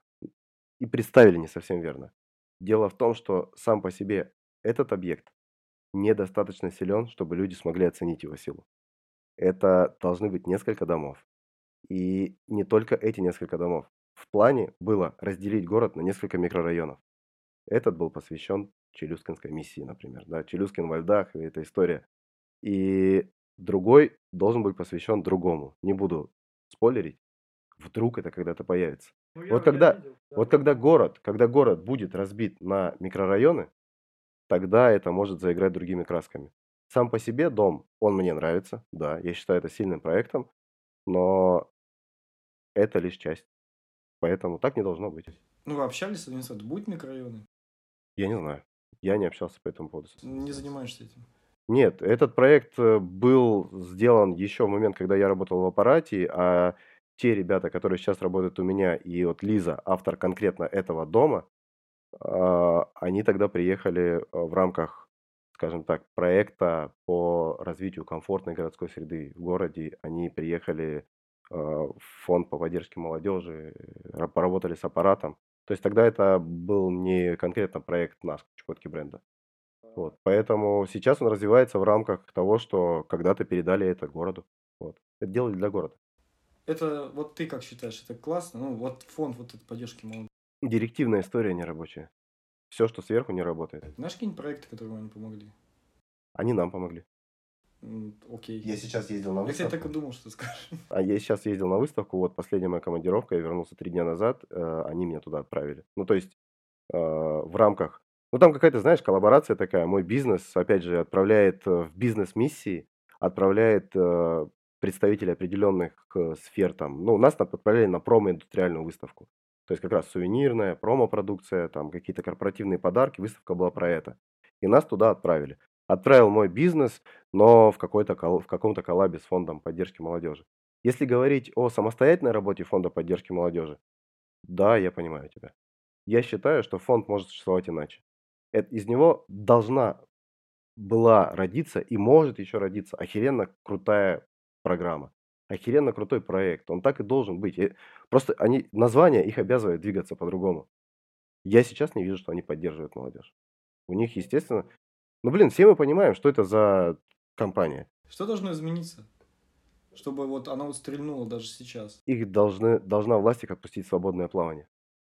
A: и представили не совсем верно. Дело в том, что сам по себе этот объект недостаточно силен, чтобы люди смогли оценить его силу. Это должны быть несколько домов. И не только эти несколько домов. В плане было разделить город на несколько микрорайонов. Этот был посвящен Челюскинской миссии, например. Да, Челюскин во льдах, и эта история. И другой должен быть посвящен другому. Не буду спойлерить. Вдруг это когда-то появится.
C: Ну, я,
A: Вот
C: я
A: когда,
C: видел, да,
A: вот
C: да.
A: когда город, когда город будет разбит на микрорайоны, тогда это может заиграть другими красками. Сам по себе дом, он мне нравится, да, я считаю это сильным проектом, но это лишь часть. Поэтому так не должно быть.
C: Ну, вы общались с администрацией? Будут микрорайоны?
A: Я не знаю. Я не общался по этому поводу.
C: Не занимаешься этим?
A: Нет, этот проект э, был сделан еще в момент, когда я работал в аппарате, а те ребята, которые сейчас работают у меня, и вот Лиза, автор конкретно этого дома, а, они тогда приехали э, в рамках, скажем так, проекта по развитию комфортной городской среды в городе. Они приехали э, в фонд по поддержке молодежи, э, поработали с аппаратом. То есть тогда это был не конкретно проект наш, Чукотки бренда. Вот. Поэтому сейчас он развивается в рамках того, что когда-то передали это городу. Вот. Это делали для города.
C: Это вот ты как считаешь, это классно? Ну, вот фонд вот этой поддержки молодых.
A: Директивная история не рабочая. Все, что сверху, не работает.
C: Знаешь какие-нибудь проекты, которые они помогли?
A: Они нам помогли.
C: М, Окей.
A: Я сейчас ездил на
C: Я, кстати, так и
A: выставку.
C: думал, что ты скажешь.
A: А я сейчас ездил на выставку, вот последняя моя командировка, я вернулся три дня назад, э, они меня туда отправили. Ну, то есть э, в рамках, ну, там какая-то, знаешь, коллаборация такая. Мой бизнес, опять же, отправляет э, в бизнес-миссии, отправляет э, представителей определенных э, сфер там. Ну, нас там отправляли на промо-индустриальную выставку. То есть как раз сувенирная, промо-продукция, там какие-то корпоративные подарки, выставка была про это. И нас туда отправили. Отправил мой бизнес, но в, какой-то, кол- в каком-то коллабе с фондом поддержки молодежи. Если говорить о самостоятельной работе фонда поддержки молодежи, да, я понимаю тебя. Я считаю, что фонд может существовать иначе. Эт- Из него должна была родиться и может еще родиться охеренно крутая программа, охеренно крутой проект. Он так и должен быть. И просто они, название их обязывает двигаться по-другому. Я сейчас не вижу, что они поддерживают молодежь. У них, естественно... Ну, блин, все мы понимаем, что это за компания.
C: Что должно измениться, чтобы вот она вот стрельнула даже сейчас?
A: Их должны, должна власть их отпустить в свободное плавание.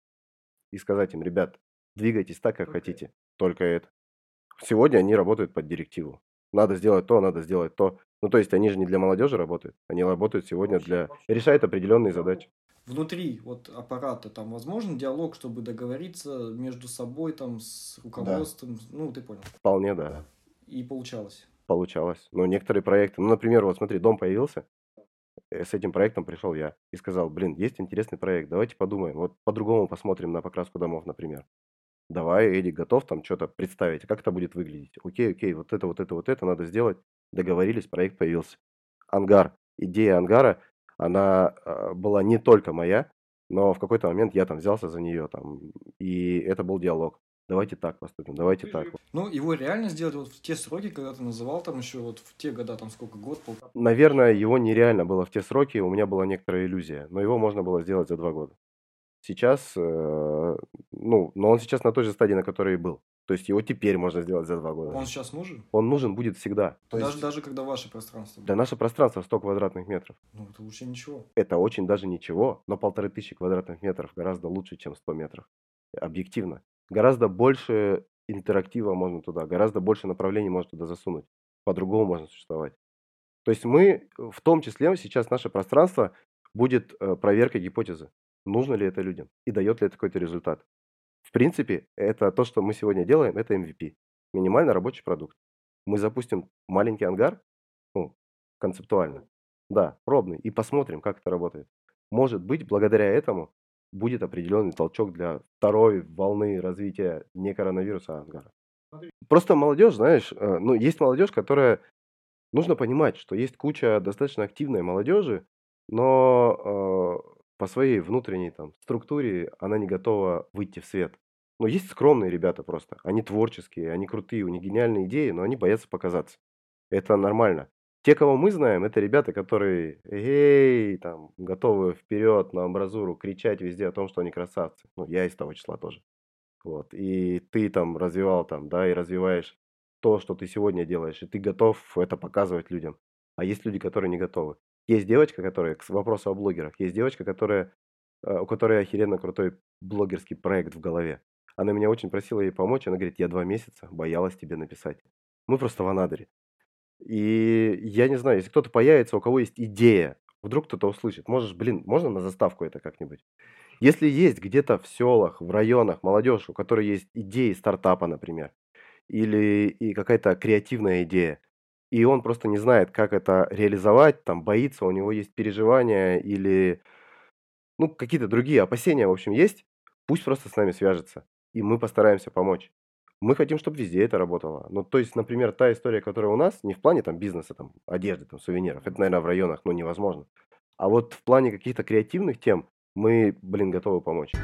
A: И сказать им, ребят, двигайтесь так, как
C: Только
A: хотите. Только это. Сегодня они работают под директиву. Надо сделать то, надо сделать то. Ну, то есть они же не для молодежи работают. Они работают сегодня
C: Вообще,
A: для...
C: вообще.
A: решают определенные
C: Диалог.
A: задачи.
C: Внутри вот аппарата там возможен диалог, чтобы договориться между собой там с руководством, ну ты понял.
A: Вполне, да.
C: И получалось.
A: Получалось. Но некоторые проекты... Ну, например, вот смотри, дом появился. э, С этим проектом пришел я. И сказал, блин, есть интересный проект. Давайте подумаем. Вот по-другому посмотрим на покраску домов, например. Давай, Эдик, готов там что-то представить, а как это будет выглядеть? Окей, окей, вот это, вот это, вот это надо сделать. Договорились, проект появился. Ангар. Идея ангара, она э, была не только моя, но в какой-то момент я там взялся за нее там, и это был диалог. Давайте так поступим, давайте так.
C: Ну, его реально сделать вот в те сроки, когда ты называл там еще вот в те года, там сколько, год, полтора.
A: Наверное, его нереально было в те сроки, у меня была некоторая иллюзия, но его можно было сделать за два года. Сейчас, э, ну, но он сейчас на той же стадии, на которой и был. То есть его теперь можно сделать за два года.
C: Он сейчас нужен?
A: Он нужен будет всегда. То
C: даже,
A: есть,
C: даже когда ваше пространство.
A: да, наше пространство сто квадратных метров.
C: Ну, это лучше ничего.
A: Это очень даже ничего, но полторы тысячи квадратных метров гораздо лучше, чем сто метров. Объективно. Гораздо больше интерактива можно туда, гораздо больше направлений можно туда засунуть. По-другому можно существовать. То есть мы, в том числе, сейчас наше пространство будет э, проверкой гипотезы. Нужно ли это людям и дает ли это какой-то результат. В принципе, это то, что мы сегодня делаем, это эм ви пи. Минимально рабочий продукт. Мы запустим маленький ангар, ну, концептуально. Да, пробный. И посмотрим, как это работает. Может быть, благодаря этому будет определенный толчок для второй волны развития не коронавируса, а ангара. Просто молодежь, знаешь, э, ну, есть молодежь, которая... Нужно понимать, что есть куча достаточно активной молодежи, но э, по своей внутренней там структуре она не готова выйти в свет. Но есть скромные ребята просто. Они творческие, они крутые, у них гениальные идеи, но они боятся показаться. Это нормально. Те, кого мы знаем, это ребята, которые, эй, там, готовы вперед на амбразуру кричать везде о том, что они красавцы. Ну, я из того числа тоже. Вот. И ты там развивал там, да, и развиваешь то, что ты сегодня делаешь, и ты готов это показывать людям. а есть люди, которые не готовы. Есть девочка, которая, к вопросу о блогерах, есть девочка, которая, э, у которой охеренно крутой блогерский проект в голове. Она меня очень просила ей помочь. Она говорит, я два месяца боялась тебе написать. Мы просто в Анадыре. И я не знаю, если кто-то появится, у кого есть идея, вдруг кто-то услышит. Можешь, блин, можно на заставку это как-нибудь? Если есть где-то в селах, в районах молодежь, у которой есть идеи стартапа, например, или и какая-то креативная идея, и он просто не знает, как это реализовать, там боится, у него есть переживания или ну, какие-то другие опасения, в общем, есть, пусть просто с нами свяжется, и мы постараемся помочь. Мы хотим, чтобы везде это работало. Ну, то есть, например, та история, которая у нас, не в плане там бизнеса, там, одежды, там, сувениров, это, наверное, в районах, ну, невозможно. А вот в плане каких-то креативных тем мы, блин, готовы помочь.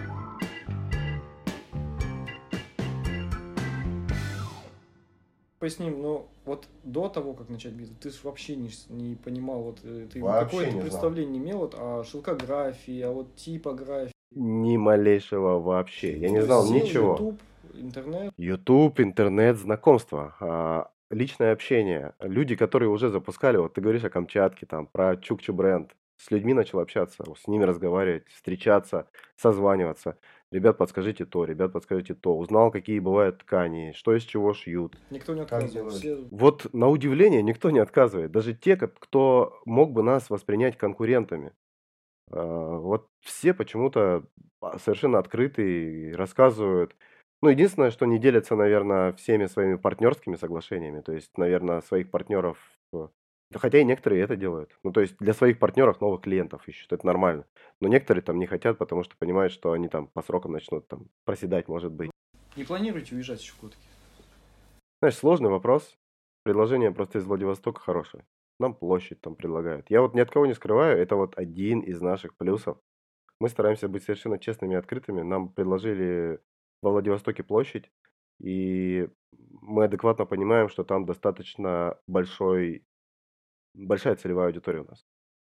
C: Поясним, но вот до того, как начать бизнес, ты же вообще не, с- не понимал, вот э, ты
A: Вообще
C: какое-то
A: не знал.
C: представление не имел вот, о шелкографии, о вот типографии.
A: Ни малейшего вообще. Я не
C: То
A: знал
C: есть сел,
A: ничего.
C: YouTube, интернет.
A: YouTube, интернет, знакомства, а, личное общение. Люди, которые уже запускали, вот ты говоришь о Камчатке, там, про Чукчу бренд. С людьми начал общаться, с ними разговаривать, встречаться, созваниваться. Ребят, подскажите то, ребят, подскажите то. Узнал, какие бывают ткани, что из чего шьют.
C: Никто не
A: Как
C: отказывал.
A: делают?
C: Все
A: Вот на удивление никто не отказывает. Даже те, ко- кто мог бы нас воспринять конкурентами. А, Вот все почему-то а, совершенно открыты и рассказывают. Ну, единственное, что не делятся, наверное, всеми своими партнерскими соглашениями. То есть, наверное, своих партнеров... э, да хотя и некоторые это делают. Ну, то есть для своих партнеров новых клиентов ищут. Это нормально. Но некоторые там не хотят, потому что понимают, что они там по срокам начнут там проседать, может быть.
C: не планируете уезжать с Чукотки?
A: Знаешь, сложный вопрос. Предложение просто из Владивостока хорошее. Нам площадь там предлагают. Я вот ни от кого не скрываю, это вот один из наших плюсов. Мы стараемся быть совершенно честными и открытыми. Нам предложили во Владивостоке площадь, и мы адекватно понимаем, что там достаточно большой, большая целевая аудитория у нас.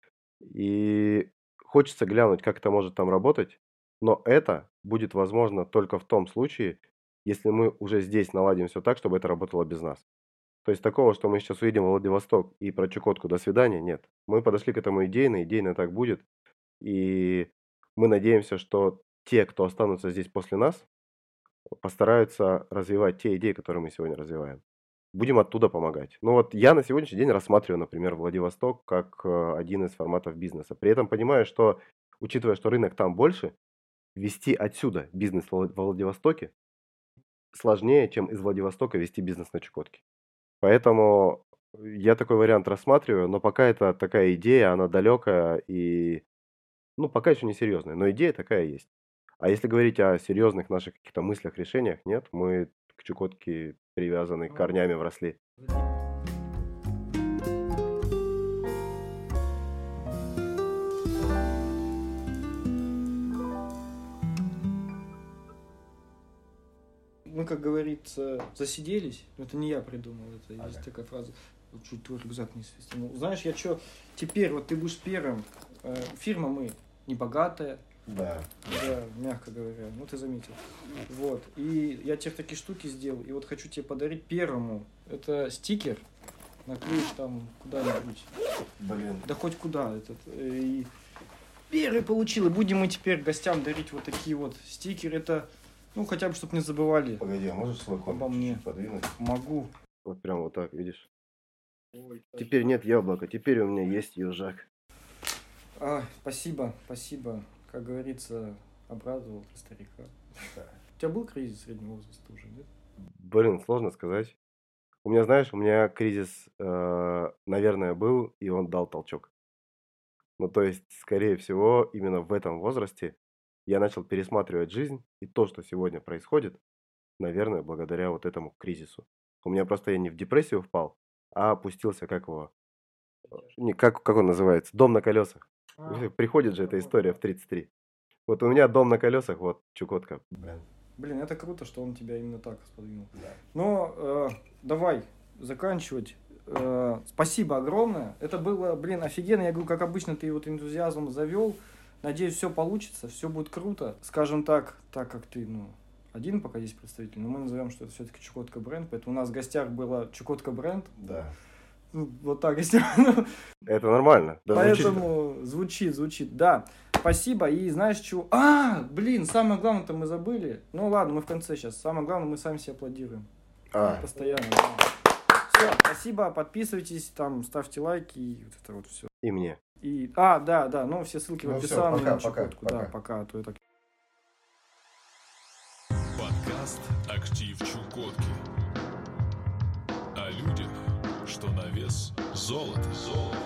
A: И хочется глянуть, как это может там работать, но это будет возможно только в том случае, если мы уже здесь наладим все так, чтобы это работало без нас. То есть такого, что мы сейчас уедем в Владивосток и про Чукотку до свидания, нет. Мы подошли к этому идейно, идейно так будет. И мы надеемся, что те, кто останутся здесь после нас, постараются развивать те идеи, которые мы сегодня развиваем. Будем оттуда помогать. Ну вот я на сегодняшний день рассматриваю, например, Владивосток как э, один из форматов бизнеса. При этом понимаю, что, учитывая, что рынок там больше, вести отсюда бизнес во Влад- во Владивостоке сложнее, чем из Владивостока вести бизнес на Чукотке. Поэтому я такой вариант рассматриваю, но пока это такая идея, она далекая и, ну, пока еще не серьезная, но идея такая есть. А если говорить о серьезных наших каких-то мыслях, решениях, нет, мы к Чукотке привязаны корнями вросли.
C: Мы, как говорится, засиделись. Это не я придумал, это есть
A: Ага.
C: такая фраза. Вот чуть твой рюкзак не свистнул. Знаешь, я что, теперь вот ты будешь первым. Э, фирма мы не богатая,
A: Да.
C: да, мягко говоря, ну ты заметил. Вот, и я тебе такие штуки сделал, и вот хочу тебе подарить первому. Это стикер, наклеишь там куда-нибудь,
A: Блин.
C: да хоть куда этот. э, И первый получил, и будем мы теперь гостям дарить вот такие вот стикеры. Это, ну хотя бы, чтобы не забывали.
A: Погоди, а можешь свой комп
C: Обо мне.
A: чуть-чуть подвинуть?
C: Могу.
A: Вот прям вот так, видишь?
C: Ой,
A: Теперь нет яблока, теперь у меня есть ежак.
C: А, спасибо, спасибо. Как говорится, обрадовал ты старика. У тебя был кризис среднего возраста уже, нет?
A: Блин, сложно сказать. У меня, знаешь, у меня кризис, э, наверное, был, и он дал толчок. Ну, то есть, скорее всего, именно в этом возрасте я начал пересматривать жизнь, и то, что сегодня происходит, наверное, благодаря вот этому кризису. У меня просто я не в депрессию впал, а опустился, как его, не, как, как он называется, дом на колесах.
C: А,
A: Приходит же эта история в тридцать три. Вот у меня дом на колесах, вот Чукотка. Блин.
C: блин, это круто, что он тебя именно так сподвинул.
A: Да.
C: Но э, давай заканчивать. Э, спасибо огромное. Это было, блин, офигенно. Я говорю, как обычно, ты вот энтузиазм завел. Надеюсь, все получится, все будет круто. Скажем так, так как ты, ну, один пока есть представитель, но мы назовем, что это все-таки Чукотка бренд. Поэтому у нас в гостях была Чукотка бренд.
A: Да.
C: Ну, вот так, если... ну,
A: Это нормально. Да, звучит.
C: Поэтому звучит, звучит, да. Спасибо. И знаешь, чего? А, блин, самое главное-то мы забыли. Ну ладно, мы в конце сейчас. Самое главное, мы сами себе аплодируем.
A: А,
C: Постоянно, да. Все, спасибо, подписывайтесь, там, ставьте лайки и вот это вот все.
A: и мне.
C: И, а, да, да, ну все ссылки в
A: Ну, всё,
C: описании
A: пока,
C: на
A: пока,
C: Чукотку. Да,
A: пока.
C: пока, а то я так...
B: Подкаст «Актив Чукотки». О людях, что на вес золота. Золото.